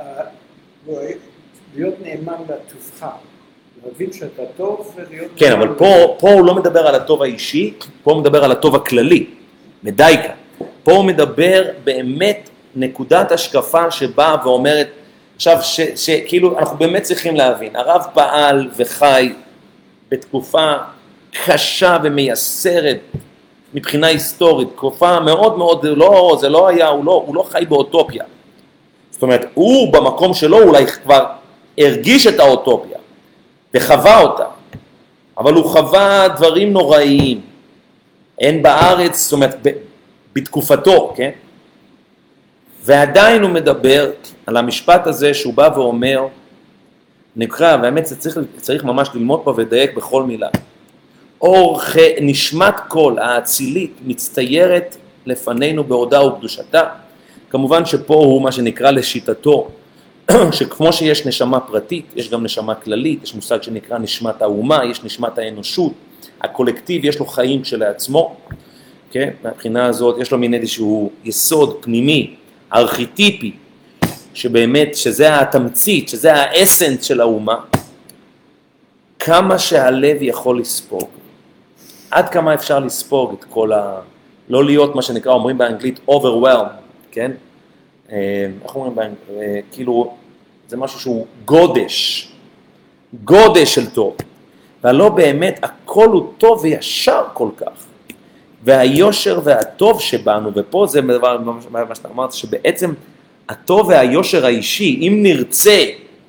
להיות נאמן לטובך, להבין שאתה טוב ולהיות... כן, אבל פה, פה הוא לא מדבר על הטוב האישי, פה הוא מדבר על הטוב הכללי, מדייקה. פה הוא מדבר באמת נקודת השקפה שבאה ואומרת, עכשיו, ש, שכאילו אנחנו באמת צריכים להבין, הרב פעל וחי בתקופה קשה ומייסרת מבחינה היסטורית, תקופה מאוד מאוד, לא, זה לא היה, הוא לא, הוא לא חי באוטופיה. זאת אומרת, הוא במקום שלו אולי כבר הרגיש את האוטופיה וחווה אותה, אבל הוא חווה דברים נוראיים, אין בארץ, זאת אומרת, בתקופתו, כן? ועדיין הוא מדבר על המשפט הזה שהוא בא ואומר, נקרא, והאמת זה צריך, צריך ממש ללמוד פה ודייק בכל מילה. אור נשמת כל האצילית מצטיירת לפנינו בעודה ובקדושתה. כמובן שפה הוא מה שנקרא לשיטתו, שכמו שיש נשמה פרטית, יש גם נשמה כללית, יש מושג שנקרא נשמת האומה, יש נשמת האנושות, הקולקטיב יש לו חיים כשלעצמו, כן? מהבחינה הזאת יש לו מין איזשהו יסוד פנימי, ארכיטיפי, שבאמת, שזה התמצית, שזה האסנס של האומה, כמה שהלב יכול לספוג, עד כמה אפשר לספוג את כל ה... לא להיות מה שנקרא, אומרים באנגלית overwhelmed, כן? איך אומרים באנגלית? כאילו, זה משהו שהוא גודש, גודש של טוב, ולא באמת, הכל הוא טוב וישר כל כך, והיושר והטוב שבנו, ופה זה דבר, מה שאתה אמרת, שבעצם הטוב והיושר האישי, אם נרצה,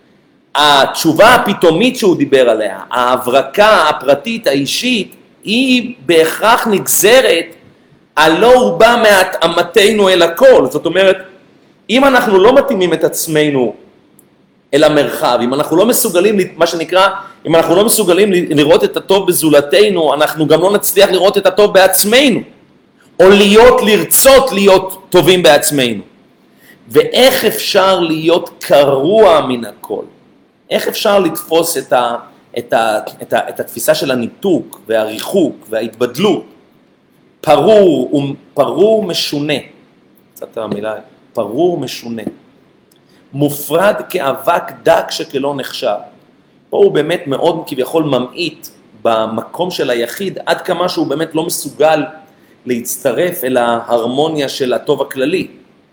התשובה הפתאומית שהוא דיבר עליה, ההברקה הפרטית האישית, היא בהכרח נגזרת, הלא הוא בא מהתאמתנו אל הכל. זאת אומרת, אם אנחנו לא מתאימים את עצמנו אל המרחב, אם אנחנו לא מסוגלים, מה שנקרא, אם אנחנו לא מסוגלים לראות את הטוב בזולתנו, אנחנו גם לא נצליח לראות את הטוב בעצמנו, או להיות, לרצות להיות טובים בעצמנו. ואיך אפשר להיות קרוע מן הכל? איך אפשר לתפוס את, ה, את, ה, את, ה, את התפיסה של הניתוק והריחוק וההתבדלות? פרור, פרור משונה, קצת המילה, פרור משונה, מופרד כאבק דק שכלא נחשב. פה הוא באמת מאוד כביכול ממעיט במקום של היחיד, עד כמה שהוא באמת לא מסוגל להצטרף אל ההרמוניה של הטוב הכללי.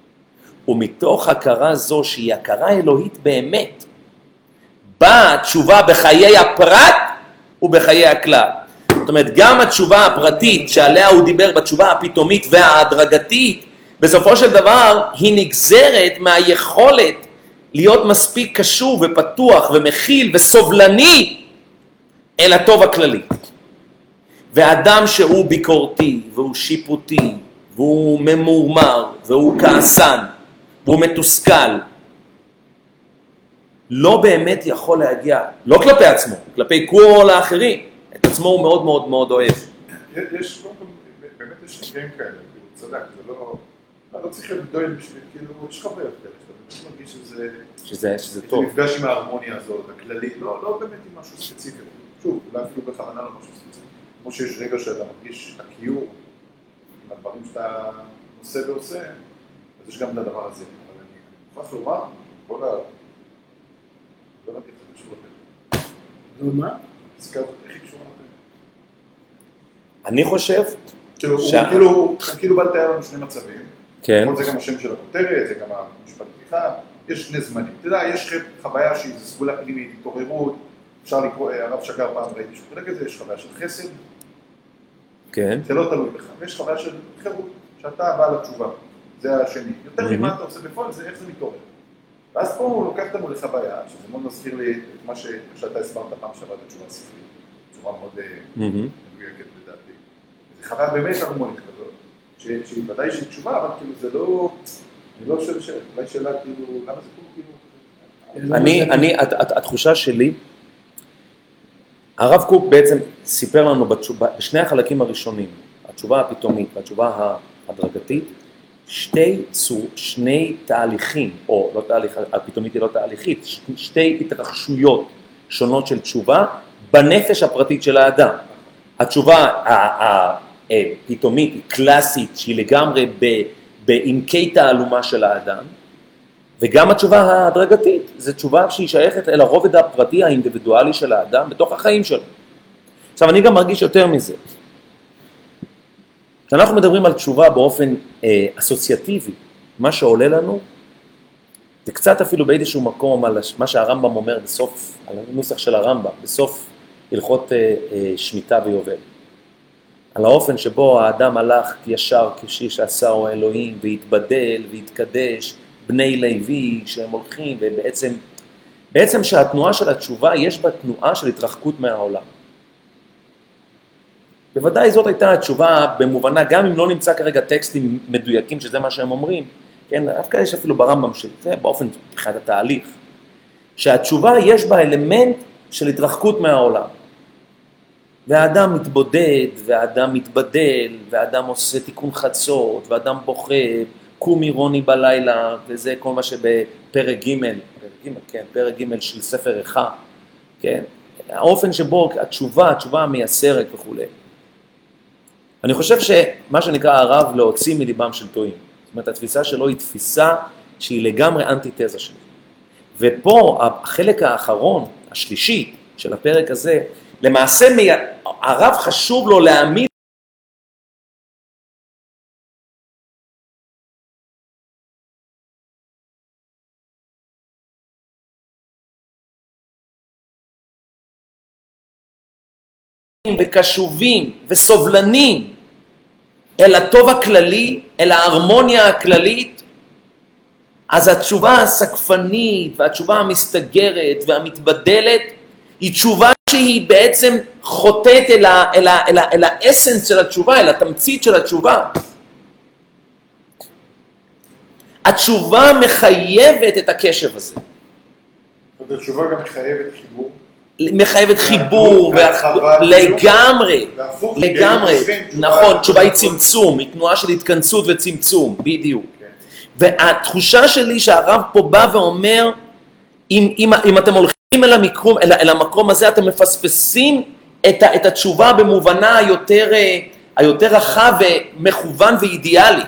ומתוך הכרה זו שהיא הכרה אלוהית באמת, באה התשובה בחיי הפרט ובחיי הכלל. זאת אומרת, גם התשובה הפרטית שעליה הוא דיבר בתשובה הפתאומית וההדרגתית, בסופו של דבר היא נגזרת מהיכולת להיות מספיק קשור ופתוח ומכיל וסובלני אל הטוב הכללי. ואדם שהוא ביקורתי והוא שיפוטי והוא ממורמר והוא כעסן והוא מתוסכל, לא באמת יכול להגיע, לא כלפי עצמו, כלפי כל האחרים, את עצמו הוא מאוד מאוד מאוד אוהב. יש, באמת יש רגעים כאלה, כאילו, צדק, זה לא, לא צריך להיות גדול בשביל, כאילו, יש חוויות כאלה, שאתה באמת מרגיש שזה, שזה, שזה טוב. מפגש עם ההרמוניה הזאת, הכללית, לא, לא באמת עם משהו ספציפי, שוב, אולי אפילו בכוונה לא משהו ספציפי, כמו שיש רגע שאתה מרגיש הקיור, עם הדברים שאתה עושה ועושה, אז יש גם את הדבר הזה, אבל אני מוכרח לומר, כל ה... לא נגיד את זה בשביל ומה? הזכרת איך היא קשורה לכם? אני חושב... כאילו, כאילו בא לתאר לנו שני מצבים. כן. זה גם השם של הכותרת, זה גם המשפט פתיחה, יש שני זמנים. אתה יודע, יש חוויה שהיא סגולה פנימית, התעוררות, אפשר לקרוא, הרב שקר פעם ראיתי שהוא חלק את זה, יש חוויה של חסד. כן. זה לא תלוי בך, ויש חוויה של חירות, שאתה בא לתשובה. זה השני. יותר ממה אתה עושה בפועל, זה איך זה מתעורר. ואז פה הוא לוקח אותנו לחוויה, שזה מאוד מזכיר לי את מה שאתה הסברת פעם שעברת התשובה הספרית, תשובה מאוד מדויקת לדעתי. זו חוויה באמת הרמונית כזאת, שהיא ודאי שהיא תשובה, אבל כאילו זה לא, אני לא חושב שאולי שאלה כאילו, למה זה כאילו? אני, אני, התחושה שלי, הרב קוק בעצם סיפר לנו בתשובה, בשני החלקים הראשונים, התשובה הפתאומית והתשובה ההדרגתית, שתי צור, שני תהליכים, או לא תהליך, הפתאומית היא לא תהליכית, שתי התרחשויות שונות של תשובה בנפש הפרטית של האדם. התשובה הפתאומית היא קלאסית, שהיא לגמרי בעמקי תעלומה של האדם, וגם התשובה ההדרגתית, זו תשובה שהיא שייכת אל הרובד הפרטי האינדיבידואלי של האדם בתוך החיים שלו. עכשיו אני גם מרגיש יותר מזה. כשאנחנו מדברים על תשובה באופן אה, אסוציאטיבי, מה שעולה לנו, זה קצת אפילו באיזשהו מקום על מה שהרמב"ם אומר בסוף, על הנוסח של הרמב"ם, בסוף הלכות אה, אה, שמיטה ויובל. על האופן שבו האדם הלך ישר כשיש עשהו האלוהים, והתבדל והתקדש, בני לוי שהם הולכים, ובעצם בעצם שהתנועה של התשובה, יש בה תנועה של התרחקות מהעולם. בוודאי זאת הייתה התשובה במובנה, גם אם לא נמצא כרגע טקסטים מדויקים, שזה מה שהם אומרים, כן, דווקא יש אפילו ברמב"ם של זה, באופן מבחינת התהליך, שהתשובה יש בה אלמנט של התרחקות מהעולם. והאדם מתבודד, והאדם מתבדל, והאדם עושה תיקון חצות, והאדם בוכה, קום אירוני בלילה, וזה כל מה שבפרק ג', פרק ג', כן, פרק ג' של ספר איכה, כן, האופן שבו התשובה, התשובה המייסרת וכו'. אני חושב שמה שנקרא הרב להוציא מליבם של טועים, זאת אומרת, התפיסה שלו היא תפיסה שהיא לגמרי אנטיתזה שלו. ופה החלק האחרון, השלישי של הפרק הזה, למעשה הרב חשוב לו להעמיד וקשובים וסובלנים אל הטוב הכללי, אל ההרמוניה הכללית, אז התשובה הסקפנית והתשובה המסתגרת והמתבדלת היא תשובה שהיא בעצם חוטאת אל, ה, אל, ה, אל, ה, אל האסנס של התשובה, אל התמצית של התשובה. התשובה מחייבת את הקשב הזה. התשובה גם מחייבת חיבור. מחייבת חיבור, לגמרי, לגמרי, נכון, תשובה היא צמצום, היא תנועה של התכנסות וצמצום, בדיוק. והתחושה שלי שהרב פה בא ואומר, אם, אם, אם אתם הולכים אל המקום, אל, אל המקום הזה, אתם מפספסים את, את התשובה במובנה היותר, היותר רחב ומכוון ואידיאלי.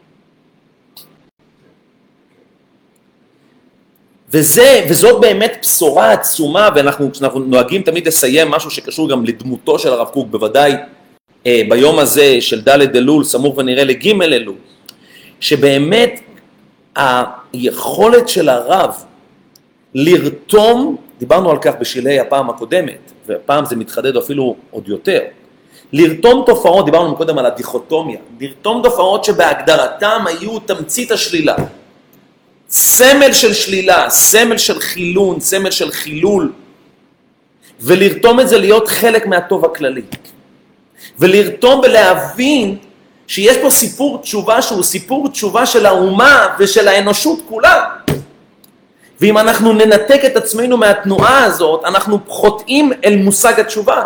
וזה, וזאת באמת בשורה עצומה, ואנחנו כשאנחנו נוהגים תמיד לסיים משהו שקשור גם לדמותו של הרב קוק, בוודאי אה, ביום הזה של ד' אלול, סמוך ונראה לג' אלול, שבאמת היכולת של הרב לרתום, דיברנו על כך בשלהי הפעם הקודמת, והפעם זה מתחדד אפילו עוד יותר, לרתום תופעות, דיברנו קודם על הדיכוטומיה, לרתום תופעות שבהגדרתם היו תמצית השלילה, סמל של שלילה, סמל של חילון, סמל של חילול, ולרתום את זה להיות חלק מהטוב הכללי. ולרתום ולהבין שיש פה סיפור תשובה שהוא סיפור תשובה של האומה ושל האנושות כולה. ואם אנחנו ננתק את עצמנו מהתנועה הזאת, אנחנו חוטאים אל מושג התשובה.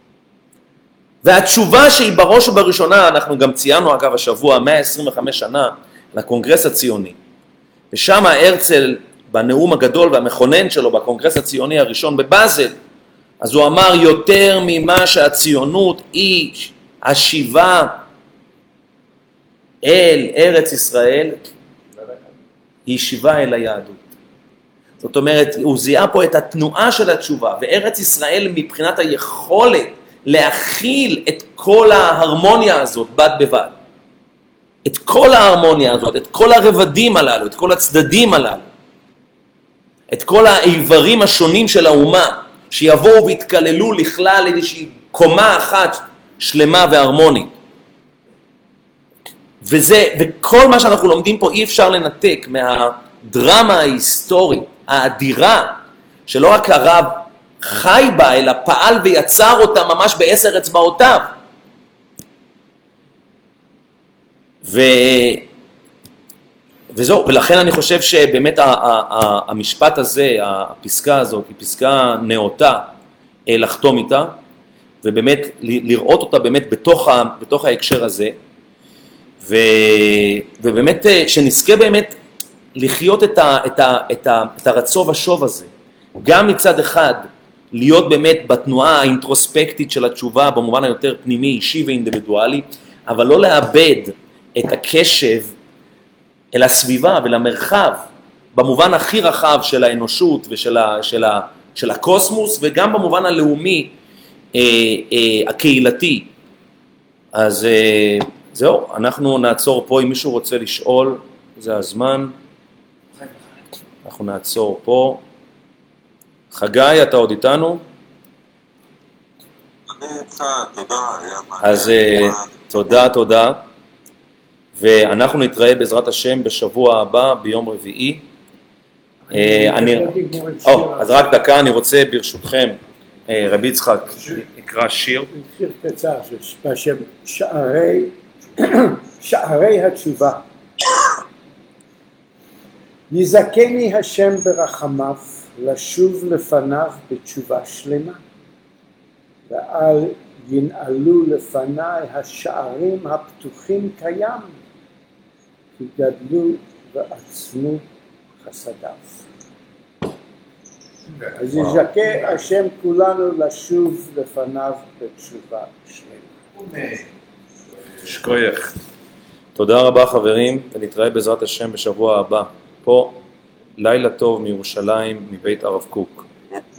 והתשובה שהיא בראש ובראשונה, אנחנו גם ציינו אגב השבוע מאה עשרים וחמש שנה לקונגרס הציוני. ושם הרצל בנאום הגדול והמכונן שלו בקונגרס הציוני הראשון בבאזל, אז הוא אמר יותר ממה שהציונות היא השיבה אל ארץ ישראל, היא שיבה אל היהדות. זאת אומרת, הוא זיהה פה את התנועה של התשובה, וארץ ישראל מבחינת היכולת להכיל את כל ההרמוניה הזאת בד בבד. את כל ההרמוניה הזאת, את כל הרבדים הללו, את כל הצדדים הללו, את כל האיברים השונים של האומה, שיבואו והתכללו לכלל איזושהי קומה אחת שלמה והרמונית. וזה, וכל מה שאנחנו לומדים פה אי אפשר לנתק מהדרמה ההיסטורית, האדירה, שלא רק הרב חי בה, אלא פעל ויצר אותה ממש בעשר אצבעותיו. ו... וזהו, ולכן אני חושב שבאמת המשפט הזה, הפסקה הזאת, היא פסקה נאותה לחתום איתה, ובאמת לראות אותה באמת בתוך, ה... בתוך ההקשר הזה, ו... ובאמת שנזכה באמת לחיות את, ה... את, ה... את, ה... את הרצוב השוב הזה, גם מצד אחד להיות באמת בתנועה האינטרוספקטית של התשובה, במובן היותר פנימי, אישי ואינדיבידואלי, אבל לא לאבד את הקשב אל הסביבה ולמרחב, במובן הכי רחב של האנושות ושל ה, של ה, של הקוסמוס, וגם במובן הלאומי, אה, אה, הקהילתי. אז אה, זהו, אנחנו נעצור פה, אם מישהו רוצה לשאול, זה הזמן. אנחנו נעצור פה. חגי, אתה עוד איתנו? אני איתך, תודה, היה מעניין. אז אה, תודה, תודה. ואנחנו נתראה בעזרת השם בשבוע הבא, ביום רביעי. אז רק דקה, אני רוצה ברשותכם, רבי יצחק יקרא שיר. שיר קצר בשם שערי התשובה. יזכני השם ברחמיו לשוב לפניו בתשובה שלמה, ואל ינעלו לפניי השערים הפתוחים קיים, כי גדלו ועצמו חסדיו. אז יזכה השם כולנו לשוב לפניו בתשובה שלמה. שכוייך. תודה רבה חברים, ונתראה בעזרת השם בשבוע הבא. פה לילה טוב מירושלים, מבית הרב קוק.